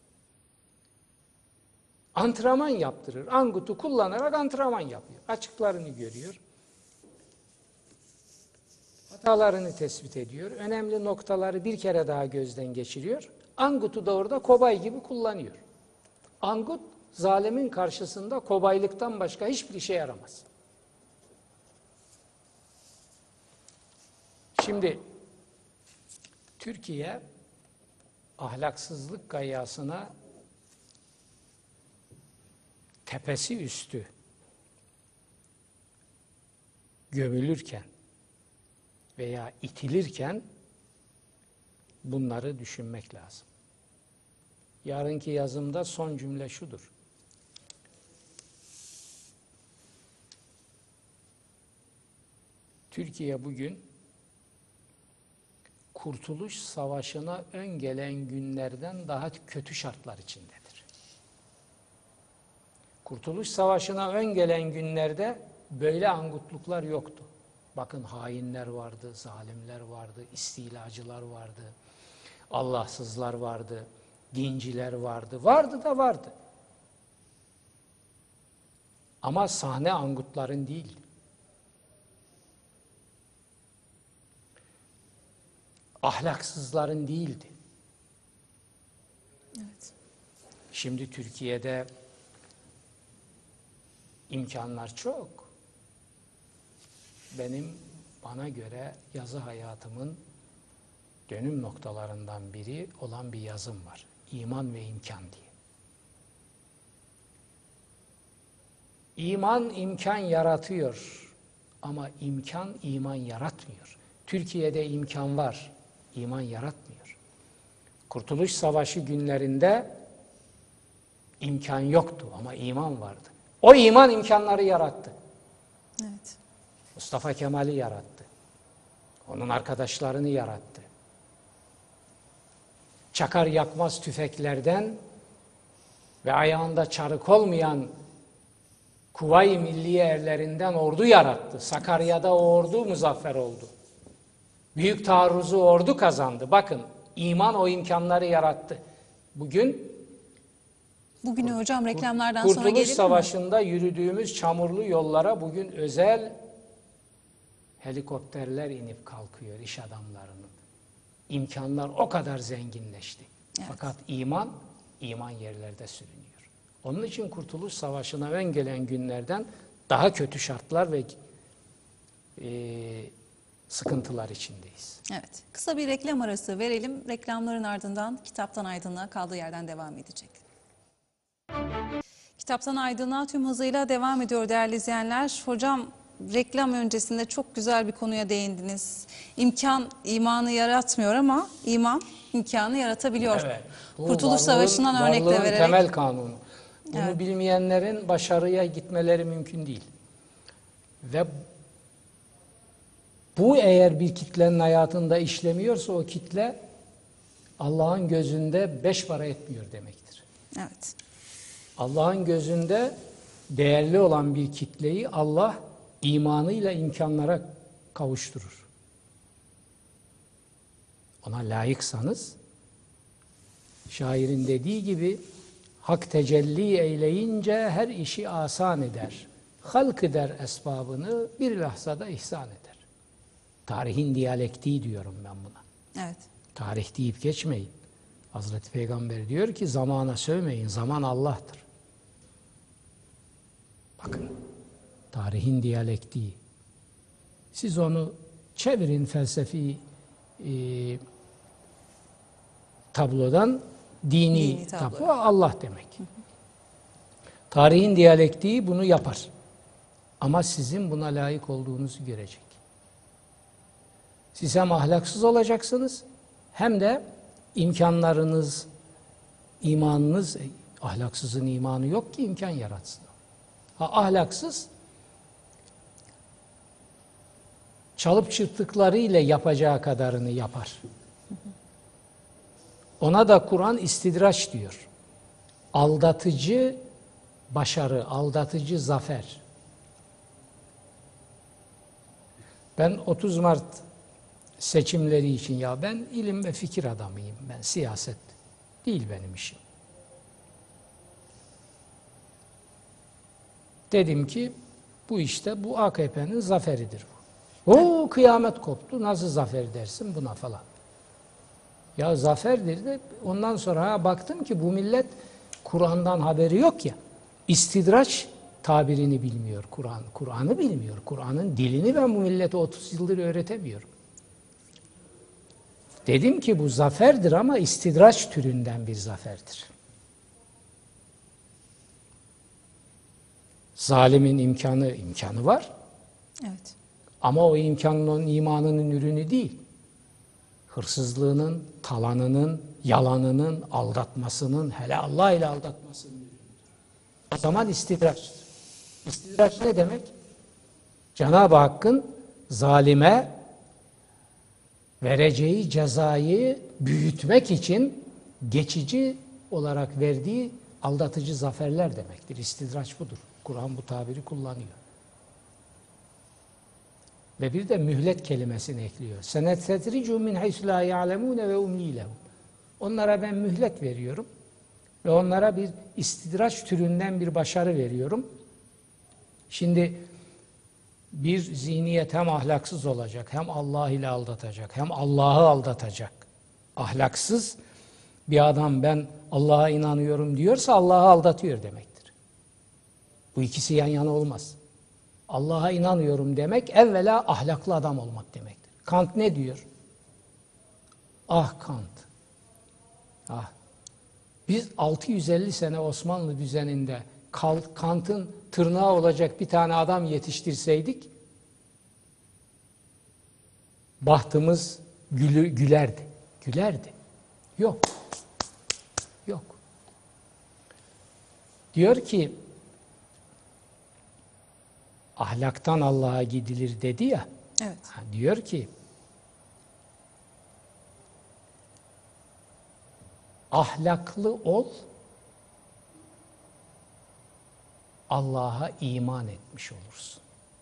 Antrenman yaptırır. Angutu kullanarak antrenman yapıyor. Açıklarını görüyor. Hatalarını tespit ediyor. Önemli noktaları bir kere daha gözden geçiriyor. Angut'u da orada kobay gibi kullanıyor. Angut, zalimin karşısında kobaylıktan başka hiçbir işe yaramaz. Şimdi, Türkiye, ahlaksızlık gayyasına tepesi üstü gömülürken veya itilirken bunları düşünmek lazım. Yarınki yazımda son cümle şudur. Türkiye bugün Kurtuluş Savaşı'na ön gelen günlerden daha kötü şartlar içindedir. Kurtuluş Savaşı'na ön gelen günlerde böyle angutluklar yoktu. Bakın hainler vardı, zalimler vardı, istilacılar vardı, Allahsızlar vardı, dinciler vardı, vardı da vardı. Ama sahne angutların değildi. Ahlaksızların değildi. Evet. Şimdi Türkiye'de imkanlar çok. Bana göre yazı hayatımın dönüm noktalarından biri olan bir yazım var. İman ve imkan diye. İman imkan yaratıyor ama imkan iman yaratmıyor. Türkiye'de imkan var, iman yaratmıyor. Kurtuluş Savaşı günlerinde imkan yoktu ama iman vardı. O iman imkanları yarattı. Evet. Mustafa Kemal'i yarattı. Onun arkadaşlarını yarattı. Çakar yakmaz tüfeklerden ve ayağında çarık olmayan Kuvayi Milliye erlerinden ordu yarattı. Sakarya'da o ordu muzaffer oldu. Büyük taarruzu ordu kazandı. Bakın, iman o imkanları yarattı. Bugün hocam reklamlardan sonra gelelim mi? Kurtuluş Savaşı'nda yürüdüğümüz çamurlu yollara bugün özel helikopterler inip kalkıyor iş adamlarının. İmkanlar o kadar zenginleşti. Evet. Fakat iman yerlerde sürünüyor. Onun için Kurtuluş Savaşı'na ön gelen günlerden daha kötü şartlar ve sıkıntılar içindeyiz. Evet. Kısa bir reklam arası verelim. Reklamların ardından Kitaptan Aydınlığa kaldığı yerden devam edecek. Kitaptan Aydınlığa tüm hızıyla devam ediyor değerli izleyenler. Hocam, reklam öncesinde çok güzel bir konuya değindiniz. İmkan imanı yaratmıyor ama iman imkanı yaratabiliyor. Evet. Kurtuluş Savaşı'ndan örnek de vererek. Temel kanunu. Bunu Evet. bilmeyenlerin başarıya gitmeleri mümkün değil. Ve bu eğer bir kitlenin hayatında işlemiyorsa o kitle Allah'ın gözünde 5 para etmiyor demektir. Evet. Allah'ın gözünde değerli olan bir kitleyi Allah imanıyla imkanlara kavuşturur. Ona layıksanız, şairin dediği gibi, hak tecelli eyleyince her işi asan eder. Halk eder esbabını, bir lahzada ihsan eder. Tarihin diyalektiği diyorum ben buna. Evet. Tarih deyip geçmeyin. Hazreti Peygamber diyor ki zamana sövmeyin, zaman Allah'tır. Bakın, tarihin diyalektiği. Siz onu çevirin felsefi tablodan, dini tablo Allah demek. Tarihin diyalektiği bunu yapar. Ama sizin buna layık olduğunuzu görecek. Siz hem ahlaksız olacaksınız hem de imkanlarınız, imanınız, ahlaksızın imanı yok ki imkan yaratsın. Ahlaksız, çalıp çırptıklarıyla yapacağı kadarını yapar. Ona da Kur'an istidraç diyor. Aldatıcı başarı, aldatıcı zafer. Ben 30 Mart seçimleri için ben ilim ve fikir adamıyım. Ben siyaset değil benim işim. Dedim ki bu AKP'nin zaferidir bu. Kıyamet koptu. Nasıl zafer dersin buna falan. Ya zaferdir de ondan sonra baktım ki bu millet Kur'an'dan haberi yok ya. İstidraç tabirini bilmiyor Kur'an. Kur'an'ı bilmiyor. Kur'an'ın dilini ben bu millete 30 yıldır öğretemiyorum. Dedim ki bu zaferdir ama istidraç türünden bir zaferdir. Zalimin imkanı var. Evet. Ama o imkanın onun imanının ürünü değil. Hırsızlığının, talanının, yalanının, aldatmasının, hele Allah ile aldatmasının ürünüdür. O zaman istidraçtır. İstidraç ne demek? Cenab-ı Hakk'ın zalime vereceği cezayı büyütmek için geçici olarak verdiği aldatıcı zaferler demektir. İstidraç budur. Kur'an bu tabiri kullanıyor. Ve bir de mühlet kelimesini ekliyor. Senettetricu min haysu la ya'lemun ve umli lehum. Onlara ben mühlet veriyorum ve onlara bir istidraç türünden bir başarı veriyorum. Şimdi bir zihniyet hem ahlaksız olacak, hem Allah ile aldatacak, hem Allah'ı aldatacak. Ahlaksız bir adam ben Allah'a inanıyorum diyorsa Allah'ı aldatıyor demektir. Bu ikisi yan yana olmaz. Allah'a inanıyorum demek evvela ahlaklı adam olmak demektir. Kant ne diyor? Ah Kant. Ah. Biz 650 sene Osmanlı düzeninde Kant'ın tırnağı olacak bir tane adam yetiştirseydik bahtımız gülerdi. Gülerdi. Yok. Yok. Diyor ki ahlaktan Allah'a gidilir dedi ya. Evet. Diyor ki ahlaklı ol, Allah'a iman etmiş olursun.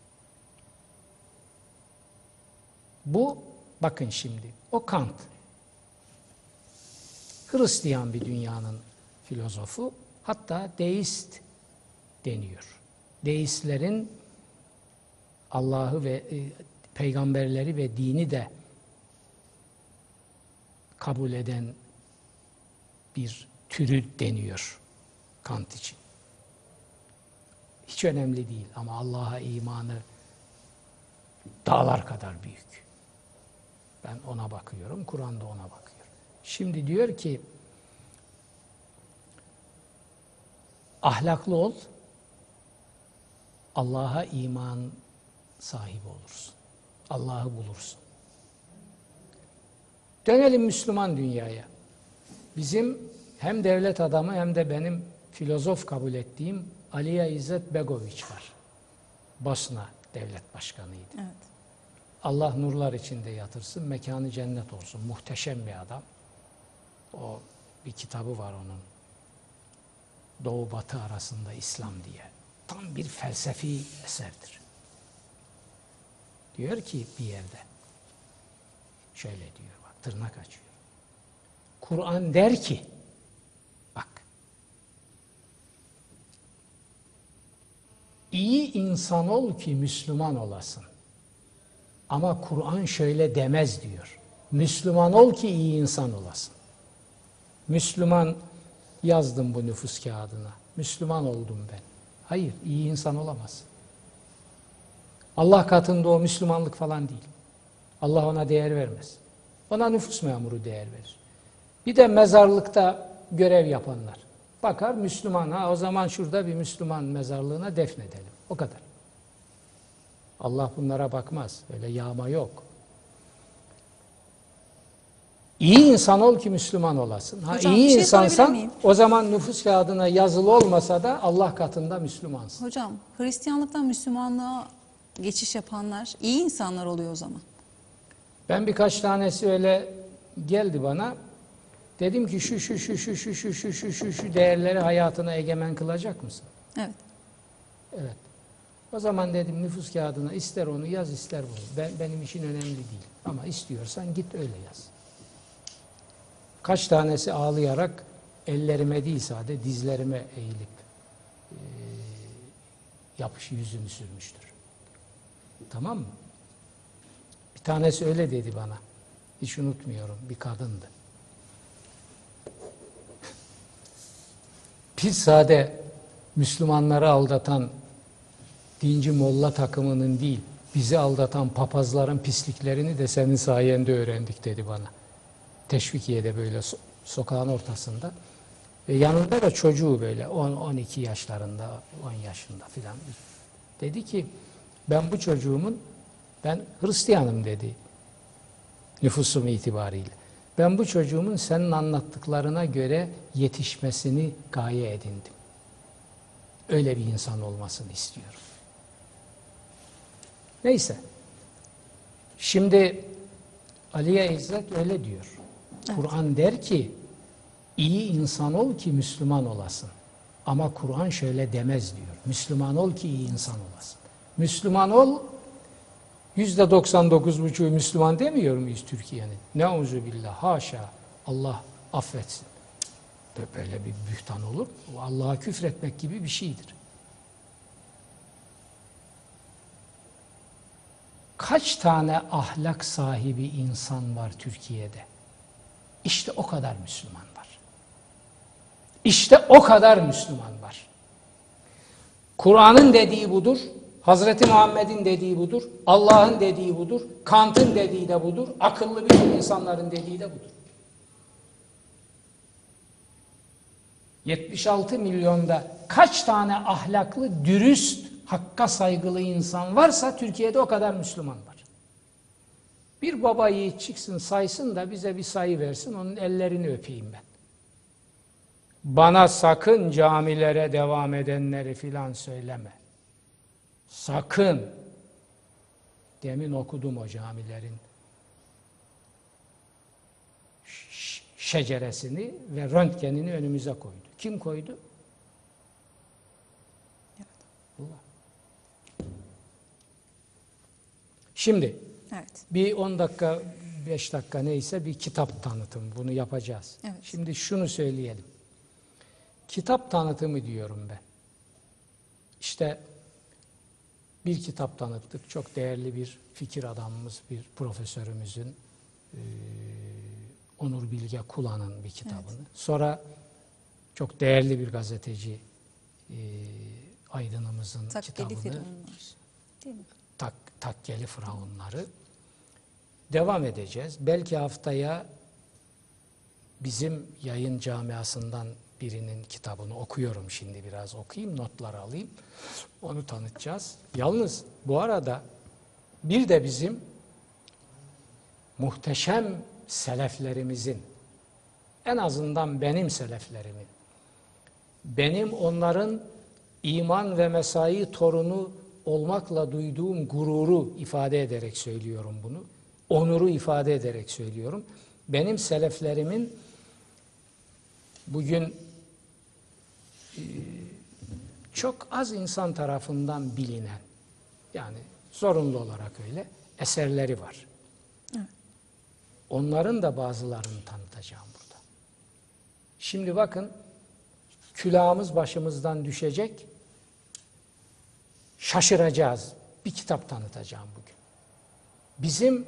Bu bakın şimdi o Kant. Hristiyan bir dünyanın filozofu, hatta deist deniyor. Deistlerin Allah'ı ve peygamberleri ve dini de kabul eden bir türü deniyor Kant için. Hiç önemli değil ama Allah'a imanı dağlar kadar büyük. Ben ona bakıyorum, Kur'an da ona bakıyor. Şimdi diyor ki ahlaklı ol, Allah'a iman sahibi olursun. Allah'ı bulursun. Dönelim Müslüman dünyaya. Bizim hem devlet adamı hem de benim filozof kabul ettiğim Alija İzzet Begoviç var. Bosna devlet başkanıydı. Evet. Allah nurlar içinde yatırsın, mekanı cennet olsun. Muhteşem bir adam. O bir kitabı var onun. Doğu Batı arasında İslam diye. Tam bir felsefi eserdir. Diyor ki bir yerde, şöyle diyor bak, tırnak açıyor. Kur'an der ki, bak, iyi insan ol ki Müslüman olasın. Ama Kur'an şöyle demez diyor. Müslüman ol ki iyi insan olasın. Müslüman yazdım bu nüfus kağıdına. Müslüman oldum ben. Hayır, iyi insan olamazsın. Allah katında o Müslümanlık falan değil. Allah ona değer vermez. Ona nüfus memuru değer verir. Bir de mezarlıkta görev yapanlar. Bakar Müslüman, o zaman şurada bir Müslüman mezarlığına defnedelim. O kadar. Allah bunlara bakmaz. Öyle yağma yok. İyi insan ol ki Müslüman olasın. Hocam, iyi bir şey insansan sorabilir miyim? o zaman nüfus kağıdına yazılı olmasa da Allah katında Müslümansın. Hocam, Hristiyanlıktan Müslümanlığa geçiş yapanlar iyi insanlar oluyor o zaman. Ben birkaç tanesi öyle geldi bana. Dedim ki şu değerleri hayatına egemen kılacak mısın? Evet. Evet. O zaman dedim nüfus kağıdına ister onu yaz ister bunu. Benim için önemli değil. Ama istiyorsan git öyle yaz. Kaç tanesi ağlayarak ellerime değil sadece dizlerime eğilip yüzünü sürmüştür. Tamam mı? Bir tanesi öyle dedi bana. Hiç unutmuyorum. Bir kadındı. Biz sade Müslümanları aldatan dinci molla takımının değil, bizi aldatan papazların pisliklerini de senin sayende öğrendik dedi bana. Teşvikiye'de böyle sokağın ortasında. Ve yanında da çocuğu böyle 10-12 yaşlarında, 10 yaşında filan. Dedi ki ben Hristiyanım dedi nüfusum itibariyle. Ben bu çocuğumun senin anlattıklarına göre yetişmesini gaye edindim. Öyle bir insan olmasını istiyorum. Neyse. Şimdi Aliye İzzet öyle diyor. Evet. Kur'an der ki iyi insan ol ki Müslüman olasın. Ama Kur'an şöyle demez diyor. Müslüman ol ki iyi insan olasın. Müslüman ol, %99,5'u Müslüman demiyor muyuz Türkiye'nin? Neuzubillah, haşa, Allah affetsin. Böyle bir bühtan olur mu? Allah'a küfretmek gibi bir şeydir. Kaç tane ahlak sahibi insan var Türkiye'de? İşte o kadar Müslüman var. İşte o kadar Müslüman var. Kur'an'ın dediği budur, Hazreti Muhammed'in dediği budur, Allah'ın dediği budur, Kant'ın dediği de budur, akıllı bütün insanların dediği de budur. 76 milyonda kaç tane ahlaklı, dürüst, hakka saygılı insan varsa Türkiye'de o kadar Müslüman var. Bir baba yiğit çıksın saysın da bize bir sayı versin, onun ellerini öpeyim ben. Bana sakın camilere devam edenleri filan söyleme. Sakın. Demin okudum o camilerin şeceresini ve röntgenini önümüze koydu. Kim koydu? Evet. Allah. Şimdi evet. bir 10 dakika, 5 dakika neyse bir kitap tanıtımı bunu yapacağız. Evet. Şimdi şunu söyleyelim. Kitap tanıtımı diyorum ben. İşte bir kitap tanıttık. Çok değerli bir fikir adamımız, bir profesörümüzün Onur Bilge Kula'nın bir kitabını. Evet. Sonra çok değerli bir gazeteci aydınımızın Takkeli kitabını. Değil mi? Takkeli Firavunları. Devam edeceğiz. Belki haftaya bizim yayın camiasından birinin kitabını okuyorum şimdi, biraz okuyayım, notlar alayım. Onu tanıtacağız. Yalnız bu arada bir de bizim muhteşem seleflerimizin, en azından benim seleflerimin, benim onların iman ve mesai torunu olmakla duyduğum gururu ifade ederek söylüyorum bunu. Onuru ifade ederek söylüyorum. Benim seleflerimin bugün çok az insan tarafından bilinen, yani zorunlu olarak öyle eserleri var. Evet. Onların da bazılarını tanıtacağım burada. Şimdi bakın, külahımız başımızdan düşecek, şaşıracağız. Bir kitap tanıtacağım bugün. Bizim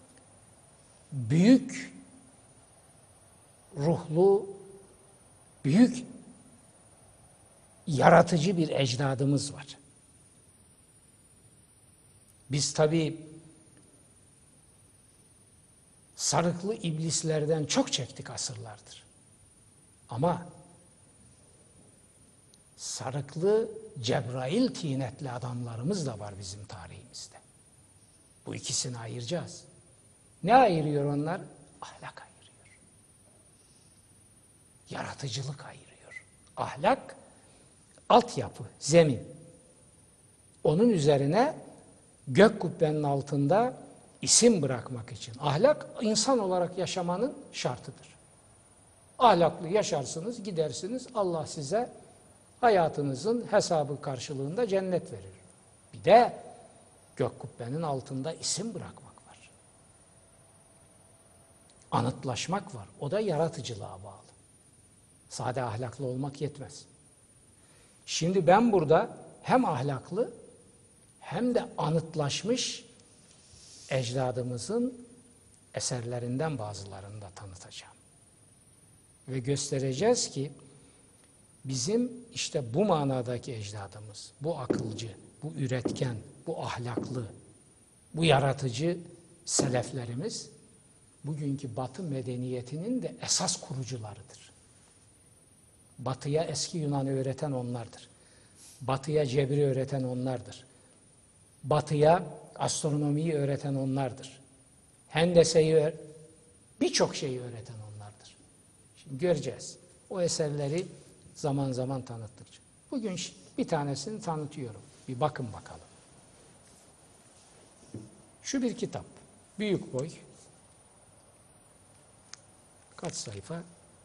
büyük ruhlu, büyük yaratıcı bir ecdadımız var. Biz tabii sarıklı iblislerden çok çektik asırlardır. Ama sarıklı Cebrail tinetli adamlarımız da var bizim tarihimizde. Bu ikisini ayıracağız. Ne ayırıyor onlar? Ahlak ayırıyor. Yaratıcılık ayırıyor. Ahlak, altyapı, zemin. Onun üzerine gök kubbenin altında isim bırakmak için. Ahlak, insan olarak yaşamanın şartıdır. Ahlaklı yaşarsınız, gidersiniz, Allah size hayatınızın hesabı karşılığında cennet verir. Bir de gök kubbenin altında isim bırakmak var. Anıtlaşmak var. O da yaratıcılığa bağlı. Sade ahlaklı olmak yetmez. Şimdi ben burada hem ahlaklı hem de anıtlaşmış ecdadımızın eserlerinden bazılarını da tanıtacağım. Ve göstereceğiz ki bizim işte bu manadaki ecdadımız, bu akılcı, bu üretken, bu ahlaklı, bu yaratıcı seleflerimiz bugünkü Batı medeniyetinin de esas kurucularıdır. Batı'ya eski Yunan'ı öğreten onlardır. Batı'ya cebri öğreten onlardır. Batı'ya astronomiyi öğreten onlardır. Hendeseyi, birçok şeyi öğreten onlardır. Şimdi göreceğiz. O eserleri zaman zaman tanıttıkça. Bugün bir tanesini tanıtıyorum. Bir bakın bakalım. Şu bir kitap. Büyük boy. Kaç sayfa?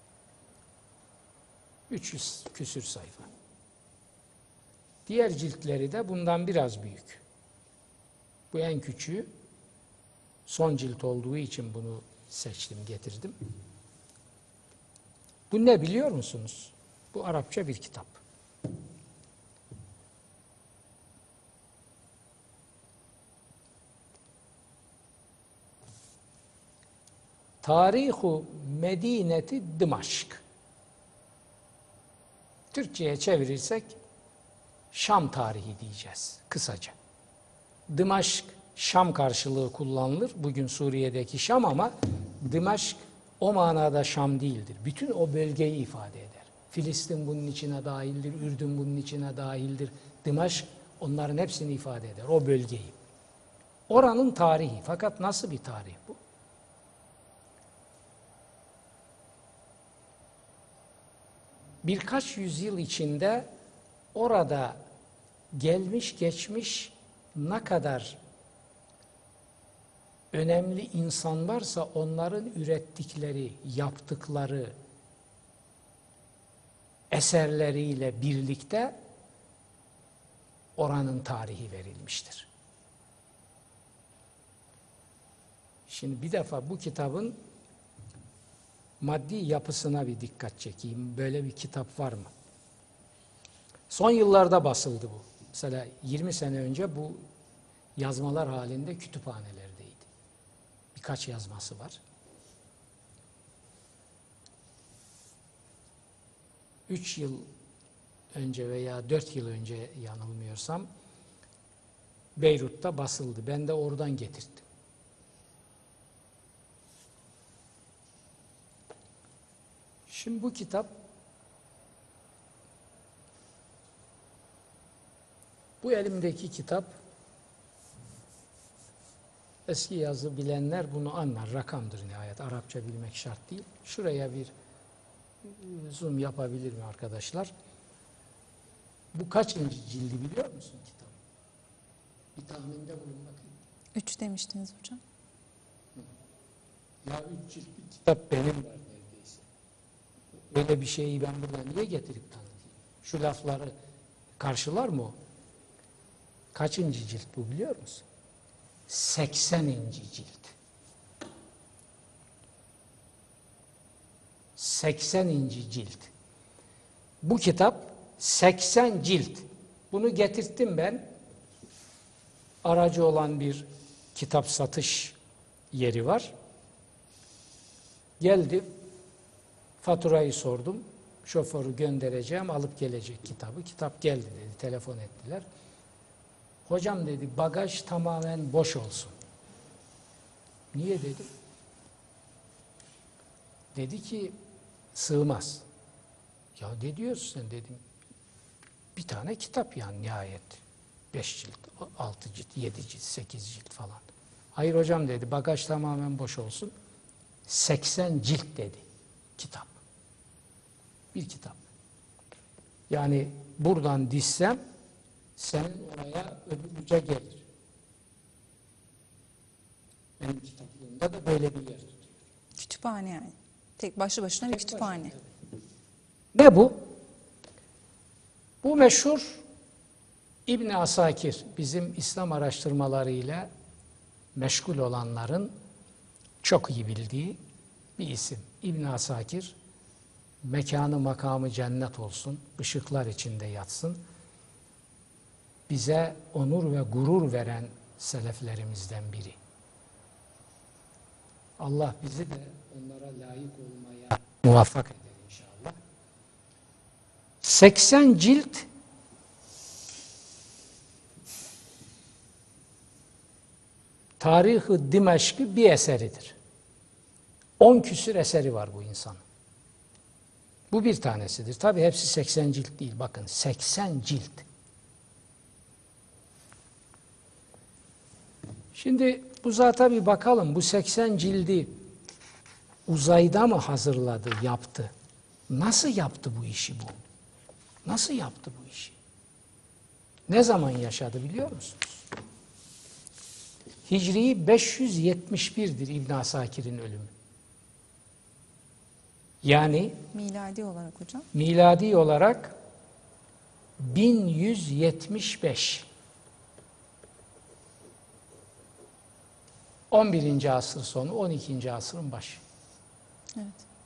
300 küsür sayfa. Diğer ciltleri de bundan biraz büyük. Bu en küçüğü. Son cilt olduğu için bunu seçtim, getirdim. Bu ne biliyor musunuz? Bu Arapça bir kitap. Tarihu Medineti Dımaşk. Türkçe'ye çevirirsek Şam tarihi diyeceğiz kısaca. Dımaşk Şam karşılığı kullanılır. Bugün Suriye'deki Şam ama Dımaşk o manada Şam değildir. Bütün o bölgeyi ifade eder. Filistin bunun içine dahildir, Ürdün bunun içine dahildir. Dımaşk onların hepsini ifade eder, o bölgeyi. Oranın tarihi. Fakat nasıl bir tarih bu? Birkaç yüzyıl içinde orada gelmiş geçmiş ne kadar önemli insan varsa onların ürettikleri, yaptıkları eserleriyle birlikte oranın tarihi verilmiştir. Şimdi bir defa bu kitabın maddi yapısına bir dikkat çekeyim. Böyle bir kitap var mı? Son yıllarda basıldı bu. Mesela 20 sene önce bu yazmalar halinde kütüphanelerdeydi. Birkaç yazması var. 3 yıl önce veya 4 yıl önce yanılmıyorsam Beyrut'ta basıldı. Ben de oradan getirdim. Şimdi bu kitap bu elimdeki kitap eski yazı bilenler bunu anlar. Rakamdır nihayet. Arapça bilmek şart değil. Şuraya bir zoom yapabilir mi arkadaşlar? Bu kaçıncı cildi biliyor musun kitap? Bir tahminde bulun bakayım. 3 demiştiniz hocam. Ya 3 cilt bir kitap benim var neredeyse. Böyle bir şeyi ben burada niye getirip tanıtayım? Şu lafları karşılar mı o? Kaçıncı cilt bu biliyor musun? 80. cilt. 80. cilt. Bu kitap 80 cilt. Bunu getirttim ben. Aracı olan bir kitap satış yeri var. Geldi. Faturayı sordum. Şoförü göndereceğim, alıp gelecek kitabı. Kitap geldi dedi, telefon ettiler. Hocam dedi, bagaj tamamen boş olsun. Niye dedim? Dedi ki, sığmaz. Ya ne diyorsun sen dedim. Bir tane kitap yani nihayet. 5 cilt, 6 cilt, 7 cilt, 8 cilt falan. Hayır hocam dedi, bagaj tamamen boş olsun. 80 cilt dedi kitap. Bir kitap. Yani buradan dizsem senin oraya öbür uca gelir. Benim kitaplığımda da böyle bir yer tutuyor. Kütüphane yani. Tek başlı başına bir kütüphane. Ne bu? Bu meşhur İbn Asakir, bizim İslam araştırmalarıyla meşgul olanların çok iyi bildiği bir isim. İbn Asakir, mekanı makamı cennet olsun, ışıklar içinde yatsın. Bize onur ve gurur veren seleflerimizden biri. Allah bizi de onlara layık olmaya muvaffak eder inşallah. 80 cilt Tarih-i Dimeşk'ı bir eseridir. 10 küsür eseri var bu insanın. Bu bir tanesidir. Tabii hepsi 80 cilt değil. Bakın 80 cilt. Şimdi bu zata bir bakalım. Bu 80 cildi uzayda mı hazırladı, yaptı? Nasıl yaptı bu işi bu? Nasıl yaptı bu işi? Ne zaman yaşadı biliyor musunuz? Hicri 571'dir İbn Asakir'in ölümü. Yani Miladi olarak hocam. miladi olarak 1175. 11. asır sonu, 12. asrın başı. Evet.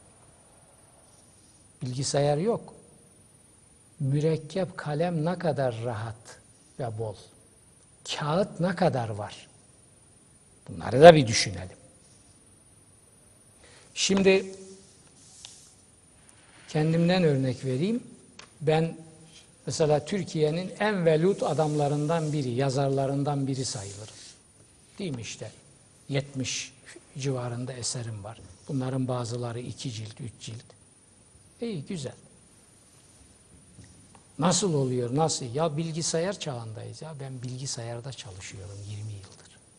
Bilgisayar yok. Mürekkep kalem ne kadar rahat ve bol. Kağıt ne kadar var. Bunları da bir düşünelim. Şimdi kendimden örnek vereyim. Ben mesela Türkiye'nin en velut adamlarından biri, yazarlarından biri sayılırım. Değil mi işte? 70 civarında eserim var. Bunların bazıları 2 cilt, 3 cilt. İyi, güzel. Nasıl oluyor, nasıl? Ya bilgisayar çağındayız ya. Ben bilgisayarda çalışıyorum 20 yıldır.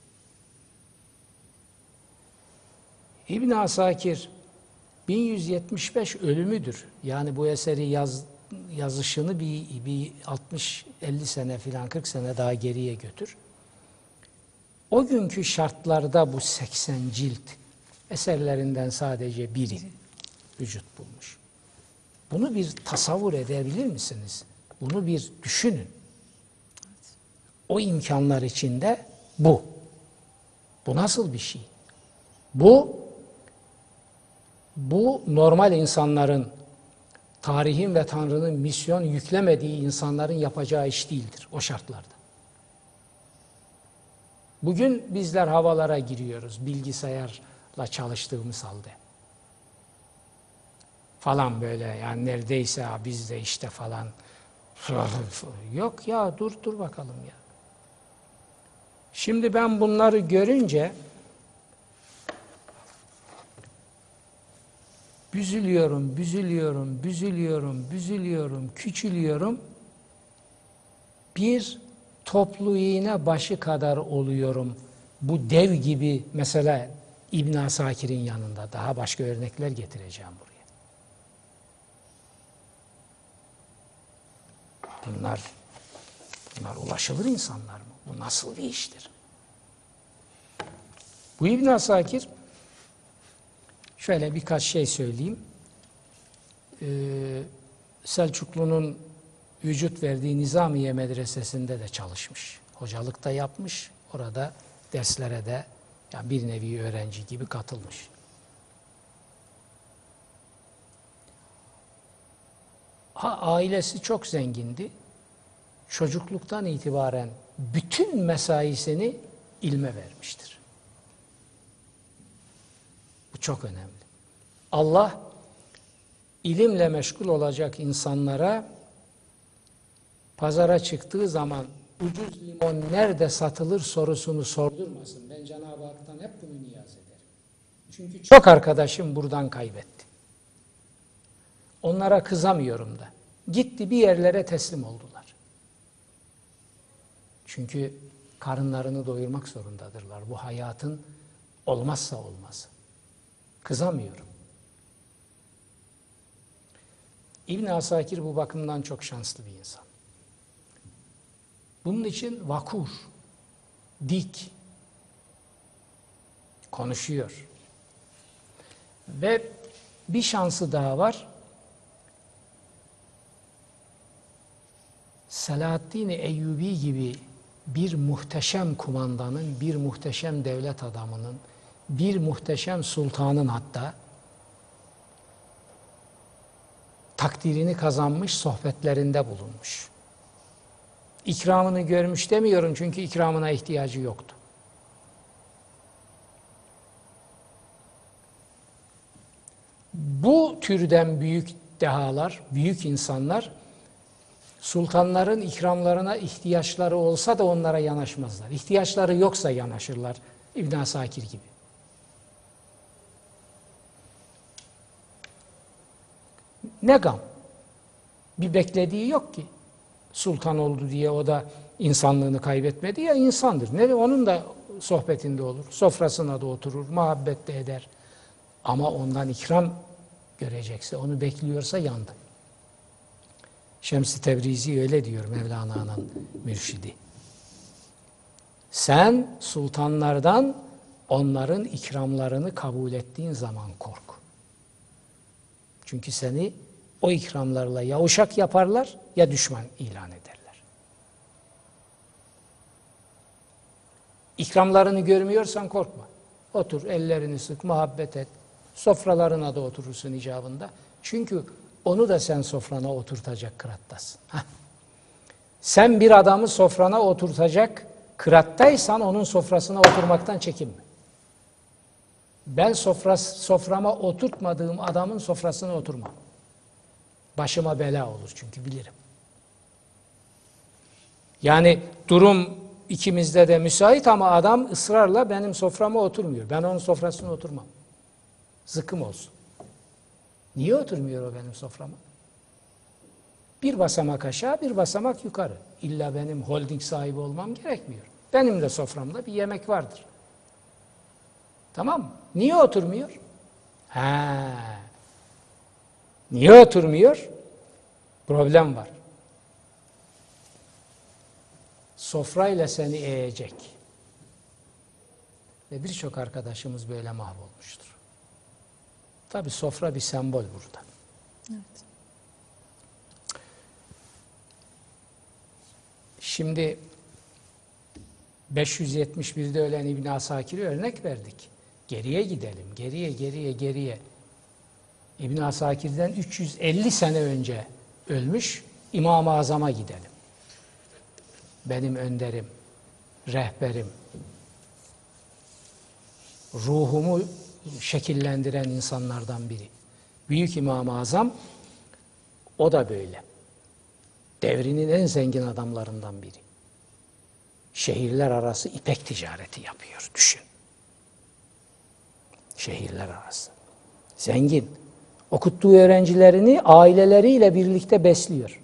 İbn Asakir 1175 ölümüdür. Yani bu eseri yazışını bir 60-50 sene filan 40 sene daha geriye götür. O günkü şartlarda bu 80 cilt eserlerinden sadece biri vücut bulmuş. Bunu bir tasavvur edebilir misiniz? Bunu bir düşünün. O imkanlar içinde bu. Bu nasıl bir şey? Bu normal insanların, tarihin ve Tanrı'nın misyon yüklemediği insanların yapacağı iş değildir o şartlarda. Bugün bizler havalara giriyoruz bilgisayarla çalıştığımız halde. Falan böyle yani neredeyse biz de işte falan. Yok ya dur bakalım ya. Şimdi ben bunları görünce büzülüyorum, küçülüyorum. Bir toplu iğne başı kadar oluyorum. Bu dev gibi mesela İbn Asakir'in yanında. Daha başka örnekler getireceğim buraya. Bunlar ulaşılır insanlar mı? Bu nasıl bir iştir? Bu İbn Asakir, şöyle birkaç şey söyleyeyim. Selçuklu'nun vücut verdiği Nizamiye Medresesi'nde de çalışmış. Hocalık da yapmış. Orada derslere de yani bir nevi öğrenci gibi katılmış. Ailesi çok zengindi. Çocukluktan itibaren bütün mesaisini ilme vermiştir. Bu çok önemli. Allah ilimle meşgul olacak insanlara pazara çıktığı zaman ucuz limon nerede satılır sorusunu sordurmasın. Ben Cenab-ı Hak'tan hep bunu niyaz ederim. Çünkü çok arkadaşım buradan kaybetti. Onlara kızamıyorum da. Gitti bir yerlere teslim oldular. Çünkü karınlarını doyurmak zorundadırlar. Bu hayatın olmazsa olmazı. Kızamıyorum. İbn Asakir bu bakımdan çok şanslı bir insan. Bunun için vakur, dik, konuşuyor. Ve bir şansı daha var. Selahaddin Eyyubi gibi bir muhteşem kumandanın, bir muhteşem devlet adamının, bir muhteşem sultanın hatta takdirini kazanmış, sohbetlerinde bulunmuş. İkramını görmüş demiyorum çünkü ikramına ihtiyacı yoktu. Bu türden büyük dehalar, büyük insanlar sultanların ikramlarına ihtiyaçları olsa da onlara yanaşmazlar. İhtiyaçları yoksa yanaşırlar İbn Asakir gibi. Ne gam? Bir beklediği yok ki. Sultan oldu diye o da insanlığını kaybetmedi ya, insandır. Ne, onun da sohbetinde olur. Sofrasına da oturur, muhabbet de eder. Ama ondan ikram görecekse, onu bekliyorsa yandı. Şems-i Tebrizi öyle diyor, Mevlana'nın mürşidi. Sen sultanlardan onların ikramlarını kabul ettiğin zaman kork. Çünkü seni o ikramlarla ya uşak yaparlar ya düşman ilan ederler. İkramlarını görmüyorsan korkma. Otur, ellerini sık, muhabbet et. Sofralarına da oturursun icabında. Çünkü onu da sen sofrana oturtacak kırattasın. Sen bir adamı sofrana oturtacak kırattaysan onun sofrasına oturmaktan çekinme. Ben soframa oturtmadığım adamın sofrasına oturmam. Başıma bela olur çünkü bilirim. Yani durum ikimizde de müsait ama adam ısrarla benim soframa oturmuyor. Ben onun sofrasına oturmam. Zıkkım olsun. Niye oturmuyor o benim soframa? Bir basamak aşağı, bir basamak yukarı. İlla benim holding sahibi olmam gerekmiyor. Benim de soframda bir yemek vardır. Tamam mı? Niye oturmuyor? Niye oturmuyor? Problem var. Sofrayla seni eğecek. Ve birçok arkadaşımız böyle mahvolmuştur. Tabii sofra bir sembol burada. Evet. Şimdi 571'de ölen İbn Asakir'e örnek verdik. Geriye gidelim. Geriye. İbn Asakir'den 350 sene önce ölmüş İmam-ı Azam'a gidelim. Benim önderim, rehberim, ruhumu şekillendiren insanlardan biri. Büyük İmam-ı Azam, o da böyle. Devrinin en zengin adamlarından biri. Şehirler arası ipek ticareti yapıyor, düşün. Şehirler arası. Zengin. Okuttuğu öğrencilerini aileleriyle birlikte besliyor.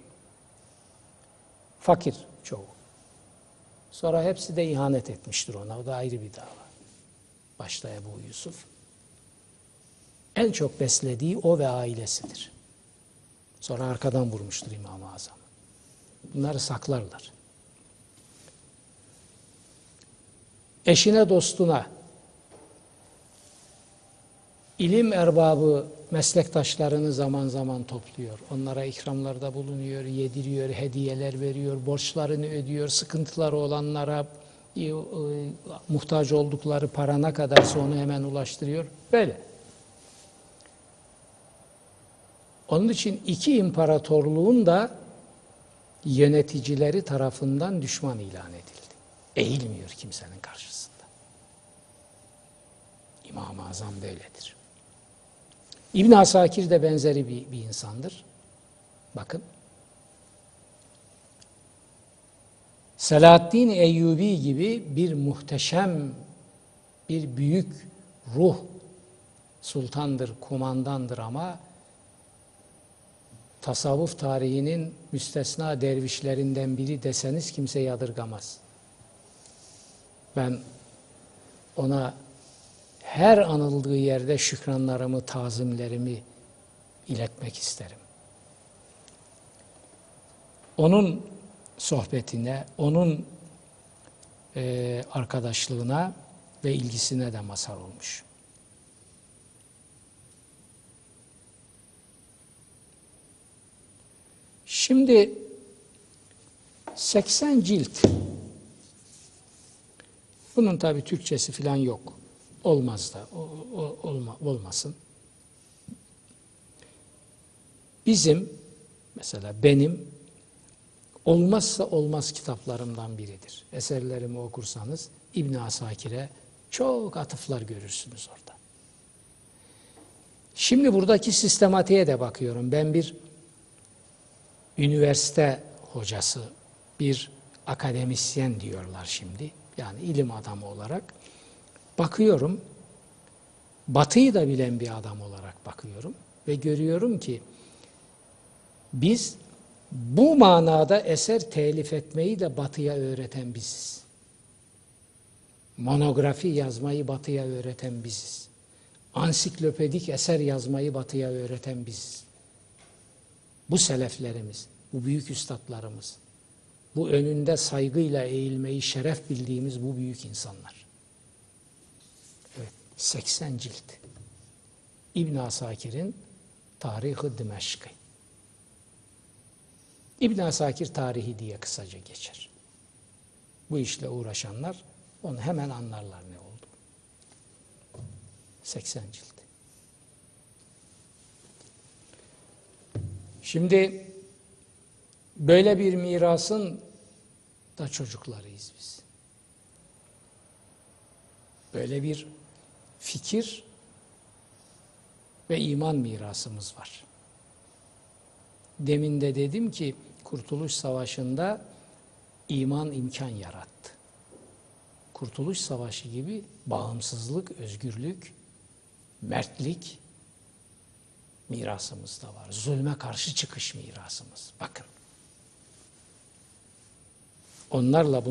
Fakir çoğu. Sonra hepsi de ihanet etmiştir ona. O da ayrı bir dava. Başta Ebu Yusuf. En çok beslediği o ve ailesidir. Sonra arkadan vurmuştur İmam-ı Azam. Bunları saklarlar. Eşine, dostuna, ilim erbabı meslektaşlarını zaman zaman topluyor. Onlara ikramlarda bulunuyor, yediriyor, hediyeler veriyor, borçlarını ödüyor, sıkıntıları olanlara muhtaç oldukları para ne kadarsa onu hemen ulaştırıyor. Böyle. Onun için iki imparatorluğun da yöneticileri tarafından düşman ilan edildi. Eğilmiyor kimsenin karşısında. İmam-ı Azam böyledir. İbn Asakir de benzeri bir insandır. Bakın. Selahaddin Eyyubi gibi bir muhteşem, bir büyük ruh sultandır, kumandandır ama tasavvuf tarihinin müstesna dervişlerinden biri deseniz kimse yadırgamaz. Ben ona her anıldığı yerde şükranlarımı, tazimlerimi iletmek isterim. Onun sohbetine, onun arkadaşlığına ve ilgisine de mazhar olmuş. Şimdi 80 cilt. Bunun tabii Türkçesi falan yok. Olmaz da, olmasın. Mesela benim olmazsa olmaz kitaplarımdan biridir. Eserlerimi okursanız İbn Asakir'e çok atıflar görürsünüz orada. Şimdi buradaki sistematiğe de bakıyorum. Ben bir üniversite hocası, bir akademisyen diyorlar şimdi. Yani ilim adamı olarak bakıyorum. Batı'yı da bilen bir adam olarak bakıyorum ve görüyorum ki biz bu manada eser telif etmeyi de Batı'ya öğreten biziz. Monografi yazmayı Batı'ya öğreten biziz. Ansiklopedik eser yazmayı Batı'ya öğreten biziz. Bu seleflerimiz, bu büyük üstadlarımız, bu önünde saygıyla eğilmeyi şeref bildiğimiz bu büyük insanlar. Evet, 80 cilt. İbn Asakir'in Tarih-i Dimeşk'ı. İbn Asakir tarihi diye kısaca geçer. Bu işle uğraşanlar onu hemen anlarlar ne oldu. 80 cilt. Şimdi böyle bir mirasın da çocuklarıyız biz. Böyle bir fikir ve iman mirasımız var. Demin de dedim ki Kurtuluş Savaşı'nda iman imkan yarattı. Kurtuluş Savaşı gibi bağımsızlık, özgürlük, mertlik mirasımız da var. Zulme karşı çıkış mirasımız. Bakın. Onlarla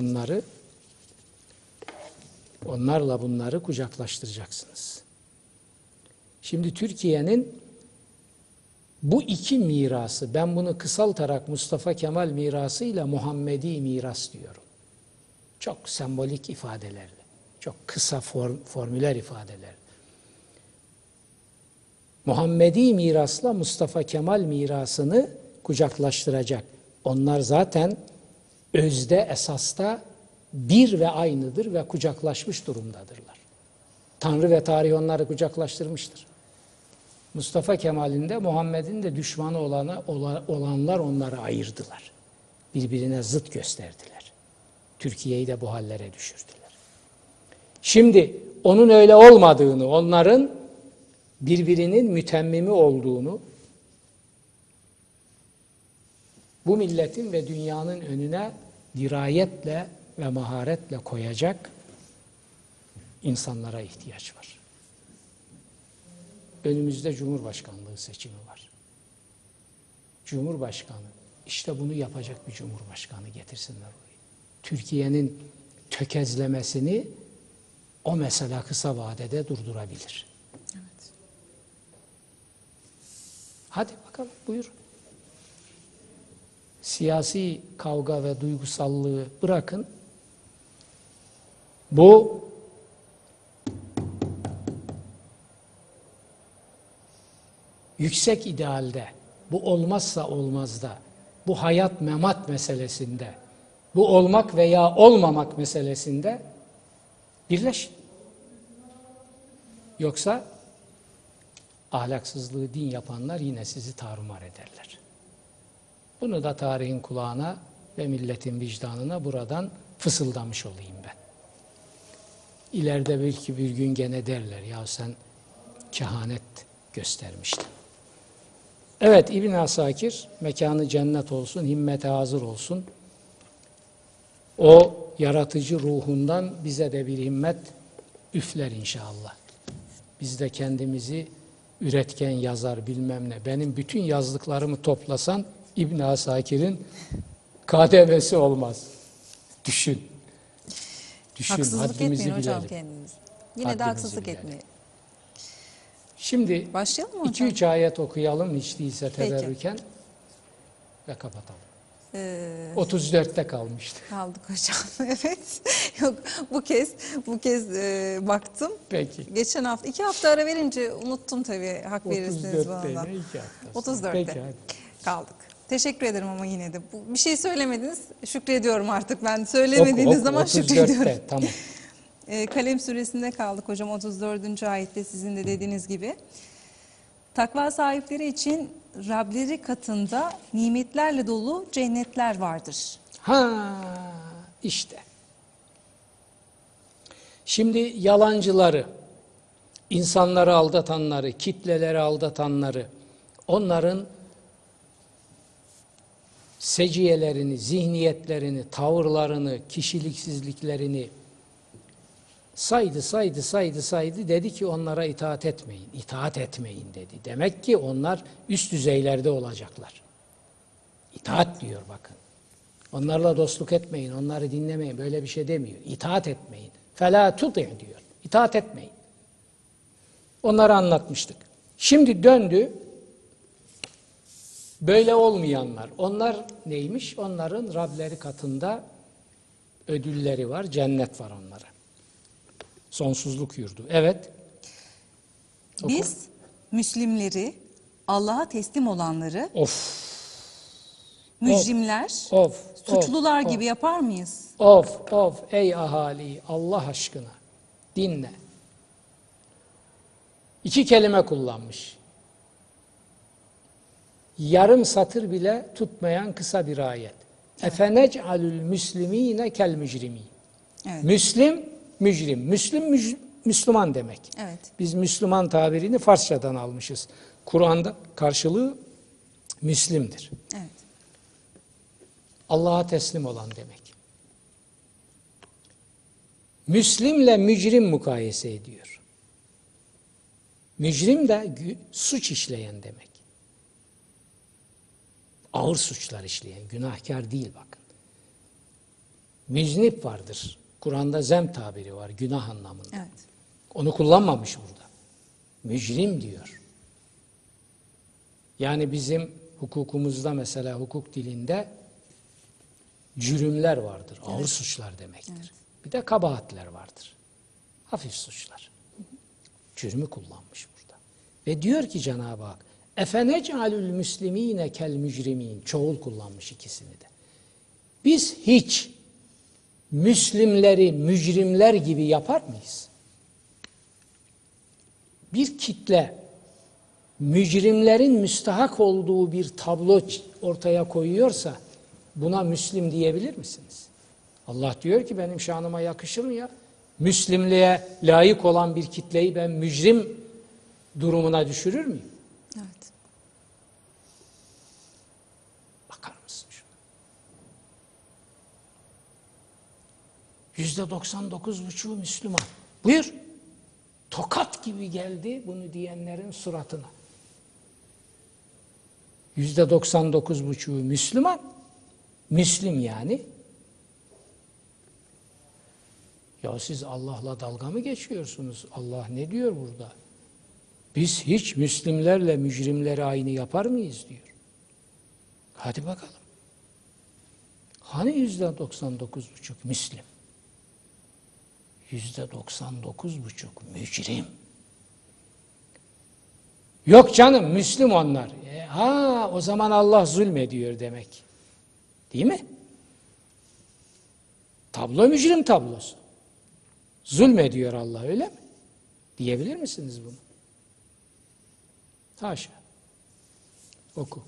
bunları kucaklaştıracaksınız. Şimdi Türkiye'nin bu iki mirası, ben bunu kısaltarak Mustafa Kemal mirası ile Muhammedi miras diyorum. Çok sembolik ifadelerle, çok kısa formüler ifadeler. Muhammedi mirasla Mustafa Kemal mirasını kucaklaştıracak. Onlar zaten özde, esasta bir ve aynıdır ve kucaklaşmış durumdadırlar. Tanrı ve tarih onları kucaklaştırmıştır. Mustafa Kemal'in de Muhammed'in de düşmanı olanlar onları ayırdılar. Birbirine zıt gösterdiler. Türkiye'yi de bu hallere düşürdüler. Şimdi onun öyle olmadığını, onların birbirinin mütemmimi olduğunu bu milletin ve dünyanın önüne dirayetle ve maharetle koyacak insanlara ihtiyaç var. Önümüzde Cumhurbaşkanlığı seçimi var. Cumhurbaşkanı, işte bunu yapacak bir Cumhurbaşkanı getirsinler oraya. Türkiye'nin tökezlemesini o mesela kısa vadede durdurabilir. Evet. Hadi bakalım, buyurun. Siyasi kavga ve duygusallığı bırakın. Bu yüksek idealde, bu olmazsa olmazda, bu hayat memat meselesinde, bu olmak veya olmamak meselesinde birleşin. Yoksa ahlaksızlığı din yapanlar yine sizi tarumar ederler. Bunu da tarihin kulağına ve milletin vicdanına buradan fısıldamış olayım ben. İleride belki bir gün gene derler, ya sen kehanet göstermiştin. Evet, İbn Asakir mekanı cennet olsun, himmete hazır olsun. O yaratıcı ruhundan bize de bir himmet üfler inşallah. Biz de kendimizi üretken yazar bilmem ne. Benim bütün yazdıklarımı toplasan İbn Asakir'in KDV'si olmaz. Düşün. Düşün, Haksızlık haddimizi etmeyin hocam bilelim. kendiniz. Yine de Haddimizi haksızlık bilelim. etmeyin. Şimdi Başlayalım mı hocam? 2-3 ayet okuyalım hiç değilse Peki. teberrüken ve kapatalım. Ee, 34'te kalmıştık. Kaldık hocam. Evet. Yok, bu kez baktım. Peki. Geçen hafta 2 hafta ara verince unuttum tabii, hak verirsiniz bana 34'te da. ne 2 hafta? 34'te Peki hadi. kaldık. Teşekkür ederim ama yine de bir şey söylemediniz. Şükrediyorum artık ben. Söylemediğiniz zaman 34'te şükrediyorum. tamam. Kalem suresinde kaldık hocam, 34. ayette sizin de dediğiniz gibi. Takva sahipleri için Rableri katında nimetlerle dolu cennetler vardır. Ha işte. Şimdi yalancıları, insanları aldatanları, kitleleri aldatanları, onların seciyelerini, zihniyetlerini, tavırlarını, kişiliksizliklerini saydı, dedi ki onlara itaat etmeyin, itaat etmeyin dedi. Demek ki onlar üst düzeylerde olacaklar. İtaat diyor bakın. Onlarla dostluk etmeyin, onları dinlemeyin, böyle bir şey demiyor. İtaat etmeyin. فَلَا تُطِعْ diyor. İtaat etmeyin. Onları anlatmıştık. Şimdi döndü, böyle olmayanlar. Onlar neymiş? Onların Rableri katında ödülleri var, cennet var onlara. Sonsuzluk yurdu. Evet. Biz Müslimleri, Allah'a teslim olanları, mücrimler, suçlular gibi yapar mıyız? Of ey ahali, Allah aşkına dinle. 2 kelime kullanmış. Yarım satır bile tutmayan kısa bir ayet. Efenec'alül müslimine kel mücrimin. Evet. Müslim, mücrim. Müslüman demek. Evet. Biz Müslüman tabirini Farsçadan almışız. Kur'an'da karşılığı Müslim'dir. Evet. Allah'a teslim olan demek. Müslimle mücrim mukayese ediyor. Mücrim de suç işleyen demek. Ağır suçlar işleyen, günahkar değil bakın. Müznip vardır. Kur'an'da zem tabiri var, günah anlamında. Evet. Onu kullanmamış burada. Mücrim diyor. Yani bizim hukukumuzda mesela hukuk dilinde cürümler vardır. Ağır suçlar demektir. Evet. Bir de kabahatler vardır. Hafif suçlar. Cürmü kullanmış burada. Ve diyor ki Cenab-ı Hak efenec'alül müslimine kel mücrimin. Çoğul kullanmış ikisini de. Biz hiç Müslimleri mücrimler gibi yapar mıyız? Bir kitle mücrimlerin müstahak olduğu bir tablo ortaya koyuyorsa buna Müslim diyebilir misiniz? Allah diyor ki benim şanıma yakışır mı ya? Müslimliğe layık olan bir kitleyi ben mücrim durumuna düşürür müyüm? Evet. Bakar mısın şuna? %99,5'u Müslüman. Buyur. Tokat gibi geldi bunu diyenlerin suratına. %99,5'u Müslüman. Müslim yani. Ya siz Allah'la dalga mı geçiyorsunuz? Allah ne diyor burada? Biz hiç Müslimlerle mücrimleri aynı yapar mıyız diyor. Hadi bakalım. Hani %99,5 Müslim? %99,5 mücrim. Yok canım Müslüm onlar. O zaman Allah zulmediyor demek. Değil mi? Tablo mücrim tablosu. Zulmediyor Allah öyle mi? Diyebilir misiniz bunu? Haşa. Oku.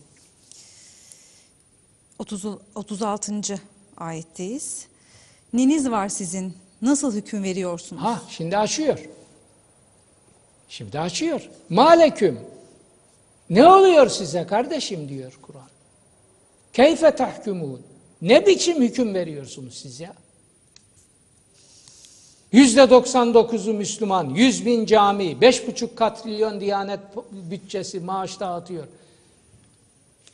36. ayetteyiz. Neniz var sizin? Nasıl hüküm veriyorsunuz? Şimdi açıyor. Şimdi açıyor. Maleküm. Ne oluyor size kardeşim diyor Kur'an. Keyfe tahkumun. Ne biçim hüküm veriyorsunuz siz ya? %99'u Müslüman, 100.000 cami, 5,5 katrilyon Diyanet bütçesi maaş dağıtıyor.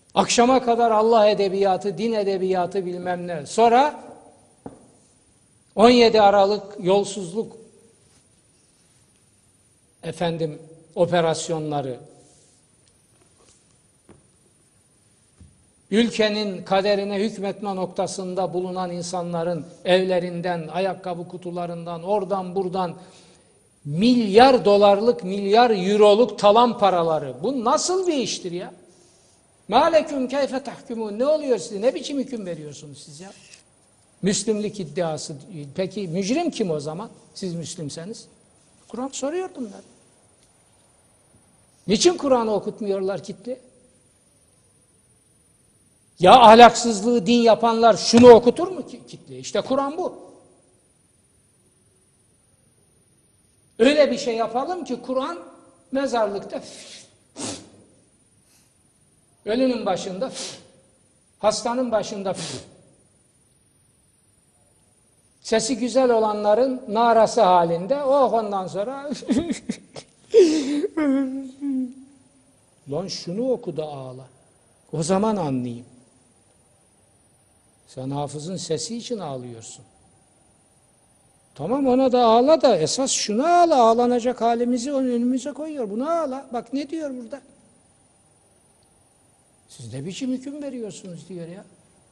Akşama kadar Allah edebiyatı, din edebiyatı bilmem ne. Sonra 17 Aralık yolsuzluk operasyonları, ülkenin kaderine hükmetme noktasında bulunan insanların evlerinden, ayakkabı kutularından, oradan buradan milyar dolarlık, milyar euroluk talan paraları. Bu nasıl bir iştir ya? Mâleküm keyfe tahkümûn. Ne oluyor size? Ne biçim hüküm veriyorsunuz siz ya? Müslümlük iddiası. Peki mücrim kim o zaman? Siz Müslümseniz. Kur'an soruyor bunlar. Niçin Kur'an'ı okutmuyorlar kitle? Ya ahlaksızlığı din yapanlar şunu okutur mu kitle? İşte Kur'an bu. Öyle bir şey yapalım ki Kur'an mezarlıkta ölünün başında hastanın başında sesi güzel olanların narası halinde ondan sonra lan şunu oku da ağla. O zaman anlayayım. Sen hafızın sesi için ağlıyorsun. Tamam ona da ağla da esas şunu ağla. Ağlanacak halimizi onun önümüze koyuyor. Bunu ağla. Bak ne diyor burada? Siz ne biçim hüküm veriyorsunuz diyor ya.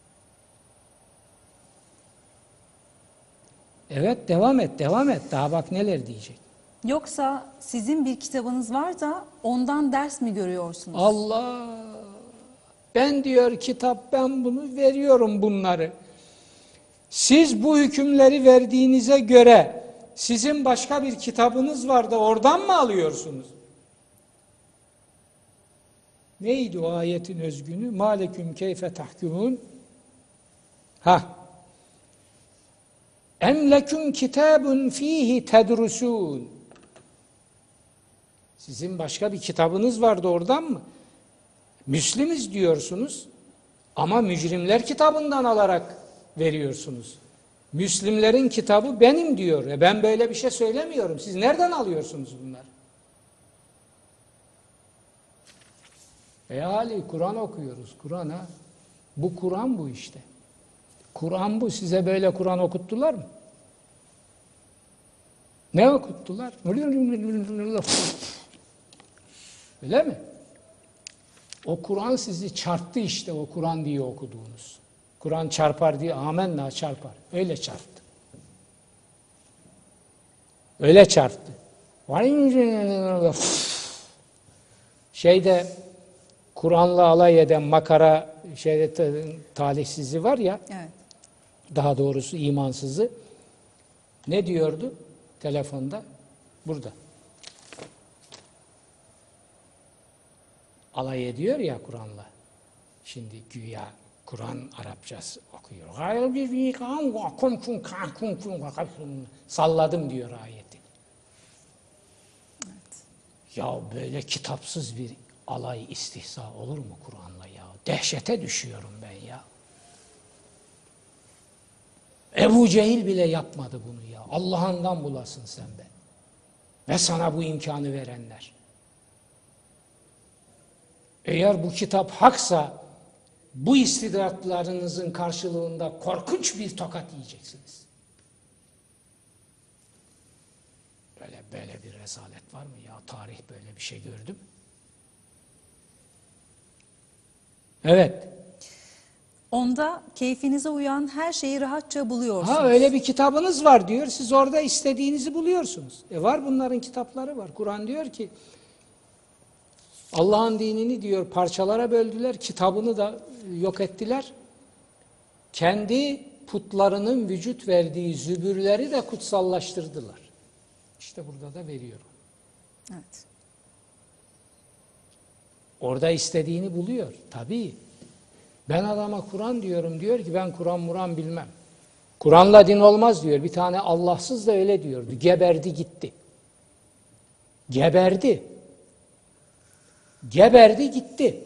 Evet devam et. Daha bak neler diyecek. Yoksa sizin bir kitabınız var da ondan ders mi görüyorsunuz? Allah! Ben diyor kitap, ben bunu veriyorum bunları. Siz bu hükümleri verdiğinize göre sizin başka bir kitabınız var da oradan mı alıyorsunuz? Neydi o ayetin özgünü? Maleküm keyfe tahkumun. Em leküm kitabun fihi tedrusun. Sizin başka bir kitabınız vardı oradan mı? Müslimiz diyorsunuz ama mücrimler kitabından alarak veriyorsunuz. Müslimlerin kitabı benim diyor. Ben böyle bir şey söylemiyorum. Siz nereden alıyorsunuz bunları? Ali Kur'an okuyoruz. Kur'an ha. Bu Kur'an bu işte. Kur'an bu. Size böyle Kur'an okuttular mı? Ne okuttular? Öyle mi? O Kur'an sizi çarptı işte, o Kur'an diye okuduğunuz. Kur'an çarpar diye amenna çarpar. Öyle çarptı. Öyle çarptı. Kur'an'la alay eden makara talihsizi var ya, evet. Daha doğrusu imansızı. Ne diyordu telefonda? Burada. Alay ediyor ya Kur'an'la. Şimdi güya Kur'an Arapçası okuyor. Salladım diyor ayeti. Evet. Ya böyle kitapsız bir alay istihza olur mu Kur'an'la ya? Dehşete düşüyorum ben ya. Ebu Cehil bile yapmadı bunu ya. Allah'ından bulasın sen be. Ve sana bu imkanı verenler. Eğer bu kitap haksa bu istidratlarınızın karşılığında korkunç bir tokat yiyeceksiniz. Böyle bir rezalet var mı ya? Tarih böyle bir şey gördü mü? Evet. Onda keyfinize uyan her şeyi rahatça buluyorsunuz. Öyle bir kitabınız var diyor. Siz orada istediğinizi buluyorsunuz. Var bunların kitapları var. Kur'an diyor ki Allah'ın dinini diyor parçalara böldüler. Kitabını da yok ettiler. Kendi putlarının vücut verdiği zübürleri de kutsallaştırdılar. İşte burada da veriyorum. Evet. Orada istediğini buluyor. Tabii. Ben adama Kur'an diyorum, diyor ki ben Kur'an bilmem. Kur'an'la din olmaz diyor. Bir tane Allahsız da öyle diyordu. Geberdi gitti. Geberdi gitti.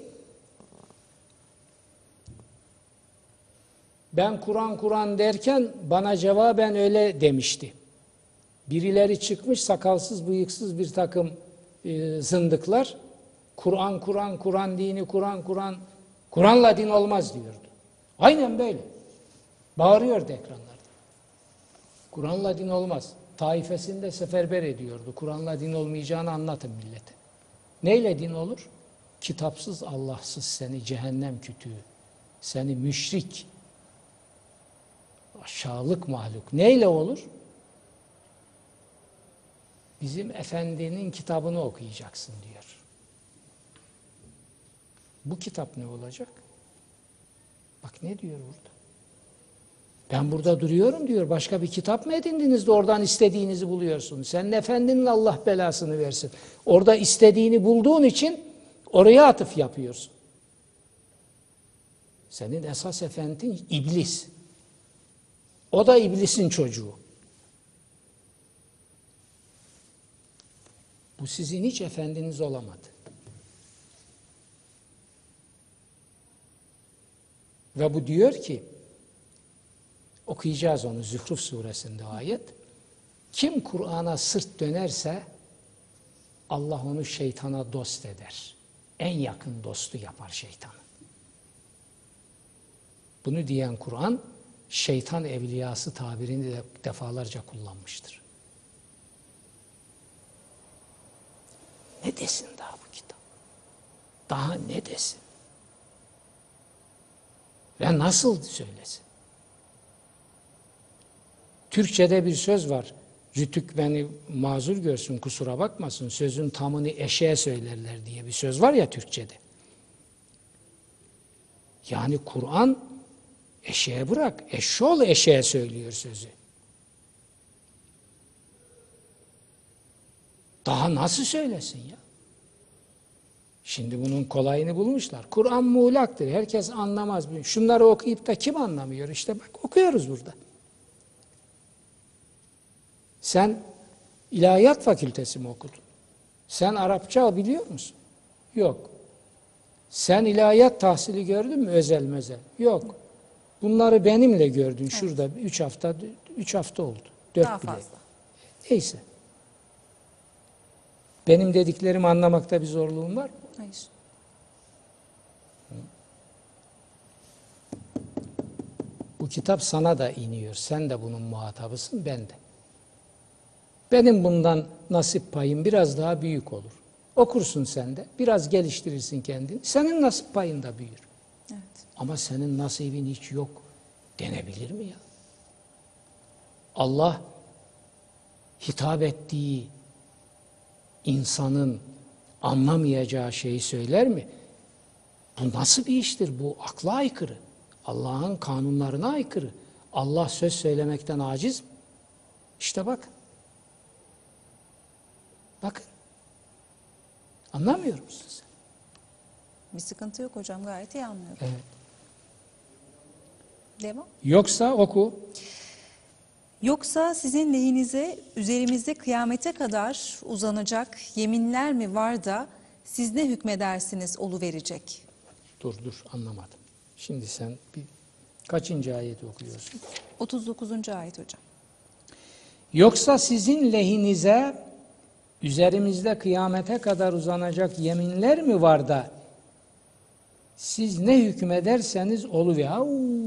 Ben Kur'an derken bana cevaben öyle demişti. Birileri çıkmış sakalsız bıyıksız bir takım zındıklar. Kur'an dini Kur'an'la din olmaz diyordu. Aynen böyle. Bağırıyordu ekranlarda. Kur'an'la din olmaz. Taifesinde seferber ediyordu. Kur'an'la din olmayacağını anlatın millete. Neyle din olur? Kitapsız, Allahsız seni cehennem kütüğü, seni müşrik, aşağılık mahluk. Neyle olur? Bizim efendinin kitabını okuyacaksın diyor. Bu kitap ne olacak? Bak ne diyor burada? Ben burada duruyorum diyor. Başka bir kitap mı edindiniz de oradan istediğinizi buluyorsun? Senin efendinin Allah belasını versin. Orada istediğini bulduğun için oraya atıf yapıyorsun. Senin esas efendin iblis. O da iblisin çocuğu. Bu sizin hiç efendiniz olamadı. Ve bu diyor ki, okuyacağız onu Zuhruf suresinde ayet. Kim Kur'an'a sırt dönerse Allah onu şeytana dost eder. En yakın dostu yapar şeytanı. Bunu diyen Kur'an, şeytan evliyası tabirini de defalarca kullanmıştır. Ne desin daha bu kitap? Daha ne desin? Ve nasıl söylesin? Türkçe'de bir söz var. Rütük beni mazur görsün, kusura bakmasın. Sözün tamını eşeğe söylerler diye bir söz var ya Türkçe'de. Yani Kur'an eşeğe bırak, eşşoğlu eşeğe söylüyor sözü. Daha nasıl söylesin ya? Şimdi bunun kolayını bulmuşlar. Kur'an muğlaktır. Herkes anlamaz. Şunları okuyup da kim anlamıyor? İşte bak okuyoruz burada. Sen İlahiyat Fakültesi mi okudun? Sen Arapça biliyor musun? Yok. Sen ilahiyat tahsili gördün mü? Özel mezel. Yok. Bunları benimle gördün. Evet. Şurada 3 hafta oldu. 4 daha bile. fazla. Neyse. Benim dediklerimi anlamakta bir zorluğum var mı? Hayır. Bu kitap sana da iniyor. Sen de bunun muhatabısın, ben de. Benim bundan nasip payım biraz daha büyük olur. Okursun sen de, biraz geliştirirsin kendini. Senin nasip payın da büyür. Evet. Ama senin nasibin hiç yok denebilir mi ya? Allah hitap ettiği insanın anlamayacağı şeyi söyler mi? Bu nasıl bir iştir? Bu akla aykırı. Allah'ın kanunlarına aykırı. Allah söz söylemekten aciz mi? İşte bak. Bakın. Anlamıyor musun sen? Bir sıkıntı yok hocam, gayet iyi anlıyorum. Evet. Devam. Yoksa oku. Yoksa sizin lehinize üzerimizde kıyamete kadar uzanacak yeminler mi var da siz ne hükmedersiniz oluverecek? Dur anlamadım. Şimdi sen kaçıncı ayeti okuyorsun? 39. ayet hocam. Yoksa sizin lehinize üzerimizde kıyamete kadar uzanacak yeminler mi var da siz ne hükmederseniz oluver.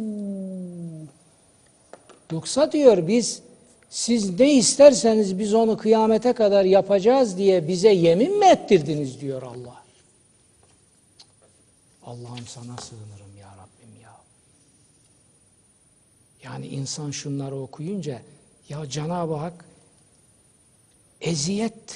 Yoksa diyor siz ne isterseniz biz onu kıyamete kadar yapacağız diye bize yemin mi ettirdiniz diyor Allah. Allah'ım sana sığınırım ya Rabbim ya. Yani insan şunları okuyunca ya Cenab-ı Hak eziyet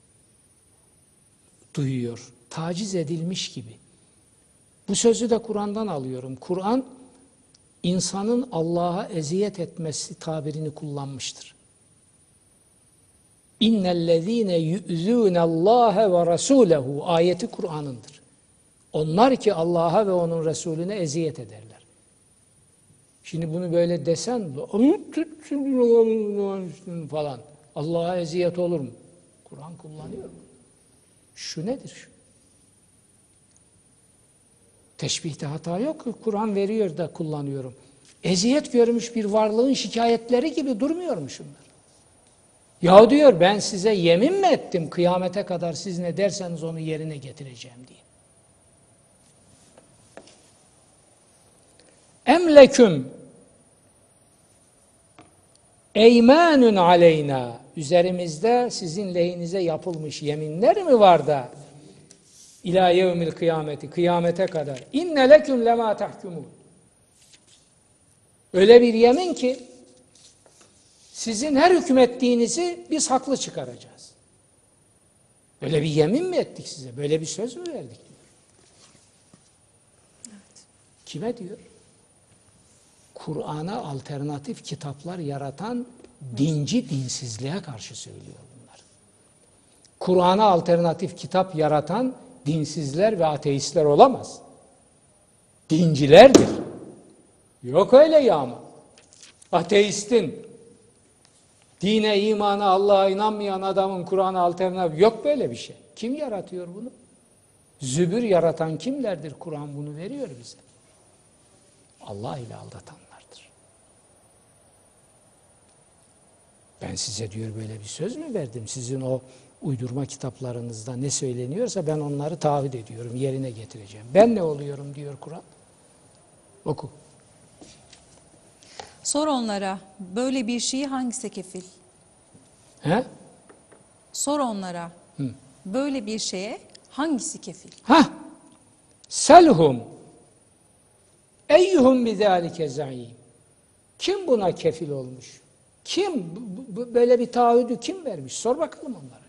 duyuyor, taciz edilmiş gibi. Bu sözü de Kur'an'dan alıyorum. Kur'an insanın Allah'a eziyet etmesi tabirini kullanmıştır. İnnellezîne yu'zûnallâhe ve rasûlehu ayeti Kur'an'ındır. Onlar ki Allah'a ve onun Resulüne eziyet ederler. Şimdi bunu böyle desen falan Allah'a eziyet olur mu? Kur'an kullanıyor mu? Şu nedir şu? Teşbihte hata yok. Kur'an veriyor da kullanıyorum. Eziyet görmüş bir varlığın şikayetleri gibi durmuyor mu şunlar? Ya diyor ben size yemin mi ettim kıyamete kadar siz ne derseniz onu yerine getireceğim diye. Emleküm eymanun aleyna, üzerimizde sizin lehinize yapılmış yeminler mi var da İlâ yevmil kıyameti, kıyamete kadar. İnne leküm lemâ tahkumun. Öyle bir yemin ki sizin her hükmettiğinizi biz haklı çıkaracağız. Böyle bir yemin mi ettik size? Böyle bir söz mü verdik diyor. Evet. Kime diyor? Kur'an'a alternatif kitaplar yaratan dinci dinsizliğe karşı söylüyor bunlar. Kur'an'a alternatif kitap yaratan dinsizler ve ateistler olamaz. Dincilerdir. Yok öyle yağma. Ateistin, dine, imana, Allah'a inanmayan adamın Kur'an'a alternatif yok böyle bir şey. Kim yaratıyor bunu? Zübür yaratan kimlerdir? Kur'an bunu veriyor bize. Allah ile aldatanlardır. Ben size diyor böyle bir söz mü verdim? Sizin o uydurma kitaplarınızda ne söyleniyorsa ben onları taahhüt ediyorum, yerine getireceğim. Ben ne oluyorum diyor Kur'an. Oku. Sor onlara, böyle bir şeyi hangisi kefil? He? Sor onlara, böyle bir şeye hangisi kefil? Selhum eyyuhum bizalike zaim. Kim buna kefil olmuş? Kim? Böyle bir taahhüdü kim vermiş? Sor bakalım onlara.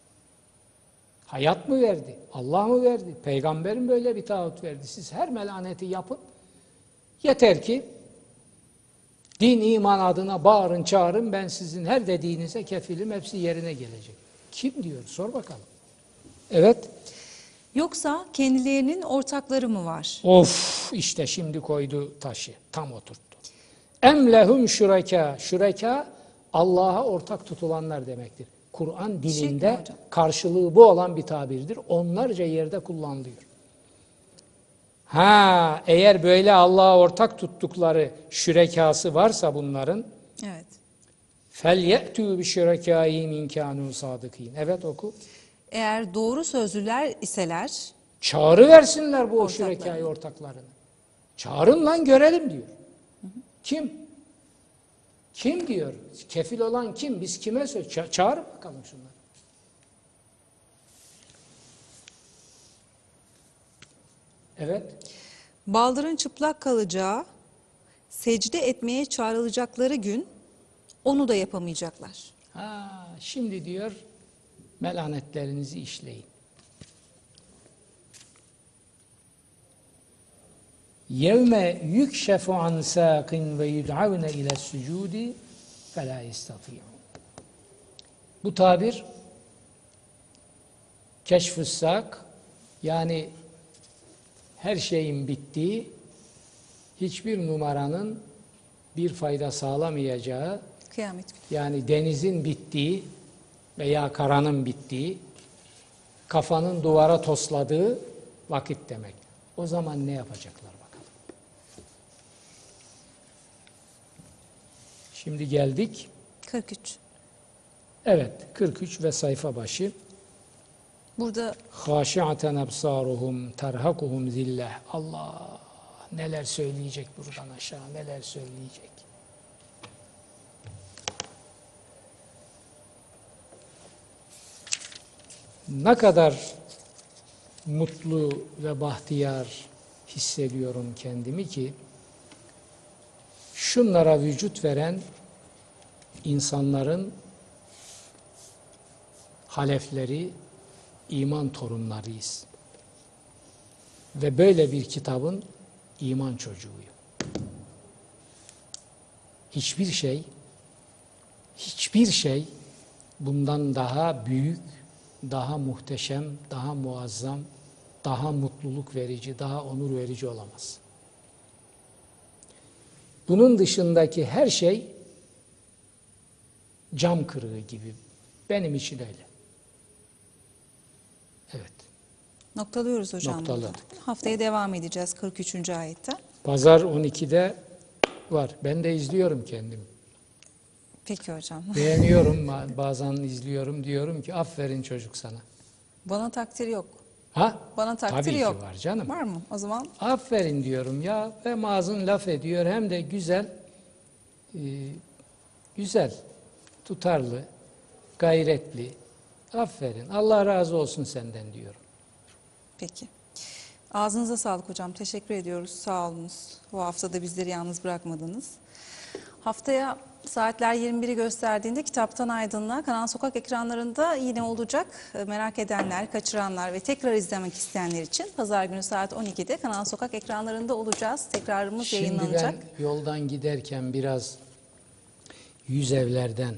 Hayat mı verdi? Allah mı verdi? Peygamber mi böyle bir taahhüt verdi? Siz her melaneti yapın. Yeter ki din, iman adına bağırın, çağırın. Ben sizin her dediğinize kefilim. Hepsi yerine gelecek. Kim diyor? Sor bakalım. Evet. Yoksa kendilerinin ortakları mı var? Of, işte şimdi koydu taşı. Tam oturttu. Emlehum şureka. Şureka Allah'a ortak tutulanlar demektir. Kur'an dilinde karşılığı bu olan bir tabirdir. Onlarca yerde kullanılıyor. Eğer böyle Allah'a ortak tuttukları şürekası varsa bunların, evet. فَلْيَأْتُوا بِشُرَكَائِهِمْ اِنْ كَانُوا صَادِقِينَ. Evet oku. Eğer doğru sözlüler iseler, çağrı versinler bu şürekâi ortaklarını. Çağırın lan görelim diyor. Kim? Kim diyor? Kefil olan kim? Biz kime söylüyoruz? Çağırın bakalım şunları. Evet. baldırın çıplak kalacağı, secde etmeye çağrılacakları gün onu da yapamayacaklar. Şimdi diyor melanetlerinizi işleyin. Yevme yükşefu an sâkin ve yud'avne ile sucudi felâ yestati'un. Bu tabir keşf-ı sâk, yani her şeyin bittiği, hiçbir numaranın bir fayda sağlamayacağı, Kıyamet günü. yani denizin bittiği veya karanın bittiği, kafanın duvara tosladığı vakit demek. O zaman ne yapacaklar bakalım. Şimdi geldik. 43. Evet, 43 ve sayfa başı. Burada Haşi'aten absaruhum terhakuhum zillah. Allah neler söyleyecek buradan aşağı, neler söyleyecek. Ne kadar mutlu ve bahtiyar hissediyorum kendimi ki şunlara vücut veren insanların halefleri, iman torunlarıyız. Ve böyle bir kitabın iman çocuğuyum. Hiçbir şey bundan daha büyük, daha muhteşem, daha muazzam, daha mutluluk verici, daha onur verici olamaz. Bunun dışındaki her şey cam kırığı gibi. Benim için öyle. Evet. noktalıyoruz hocam. Noktaladık. Burada. Haftaya devam edeceğiz 43. ayette. Pazar 12'de var. Ben de izliyorum kendimi. Peki hocam. Beğeniyorum, bazen izliyorum, diyorum ki aferin çocuk sana. Bana takdir yok. Bana takdir Tabii yok. ki var canım. Var mı? O zaman Aferin diyorum ya, hem ağzın laf ediyor hem de güzel Güzel, tutarlı, gayretli. Aferin. Allah razı olsun senden diyorum. Peki. Ağzınıza sağlık hocam. Teşekkür ediyoruz. Sağ olunuz. Bu hafta da bizleri yalnız bırakmadınız. Haftaya saatler 21'i gösterdiğinde Kitaptan Aydınlığa Kanal Sokak ekranlarında yine olacak. Merak edenler, kaçıranlar ve tekrar izlemek isteyenler için Pazar günü saat 12'de Kanal Sokak ekranlarında olacağız. Tekrarımız Şimdi yayınlanacak. ben yoldan giderken biraz yüz evlerden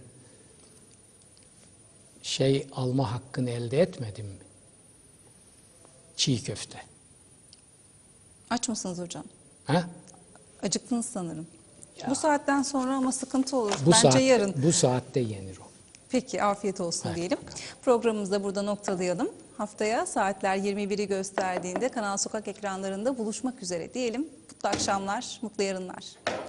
şey alma hakkını elde etmedim mi? Çiğ köfte. Aç mısınız hocam? Ha? Acıktınız sanırım. Bu saatten sonra ama sıkıntı olur. Bu Bence saat, yarın. bu saatte yenir o. Peki, afiyet olsun Hadi diyelim. Programımızı da burada noktalayalım. Haftaya saatler 21'i gösterdiğinde Kanal Sokak ekranlarında buluşmak üzere diyelim. Mutlu akşamlar, mutlu yarınlar.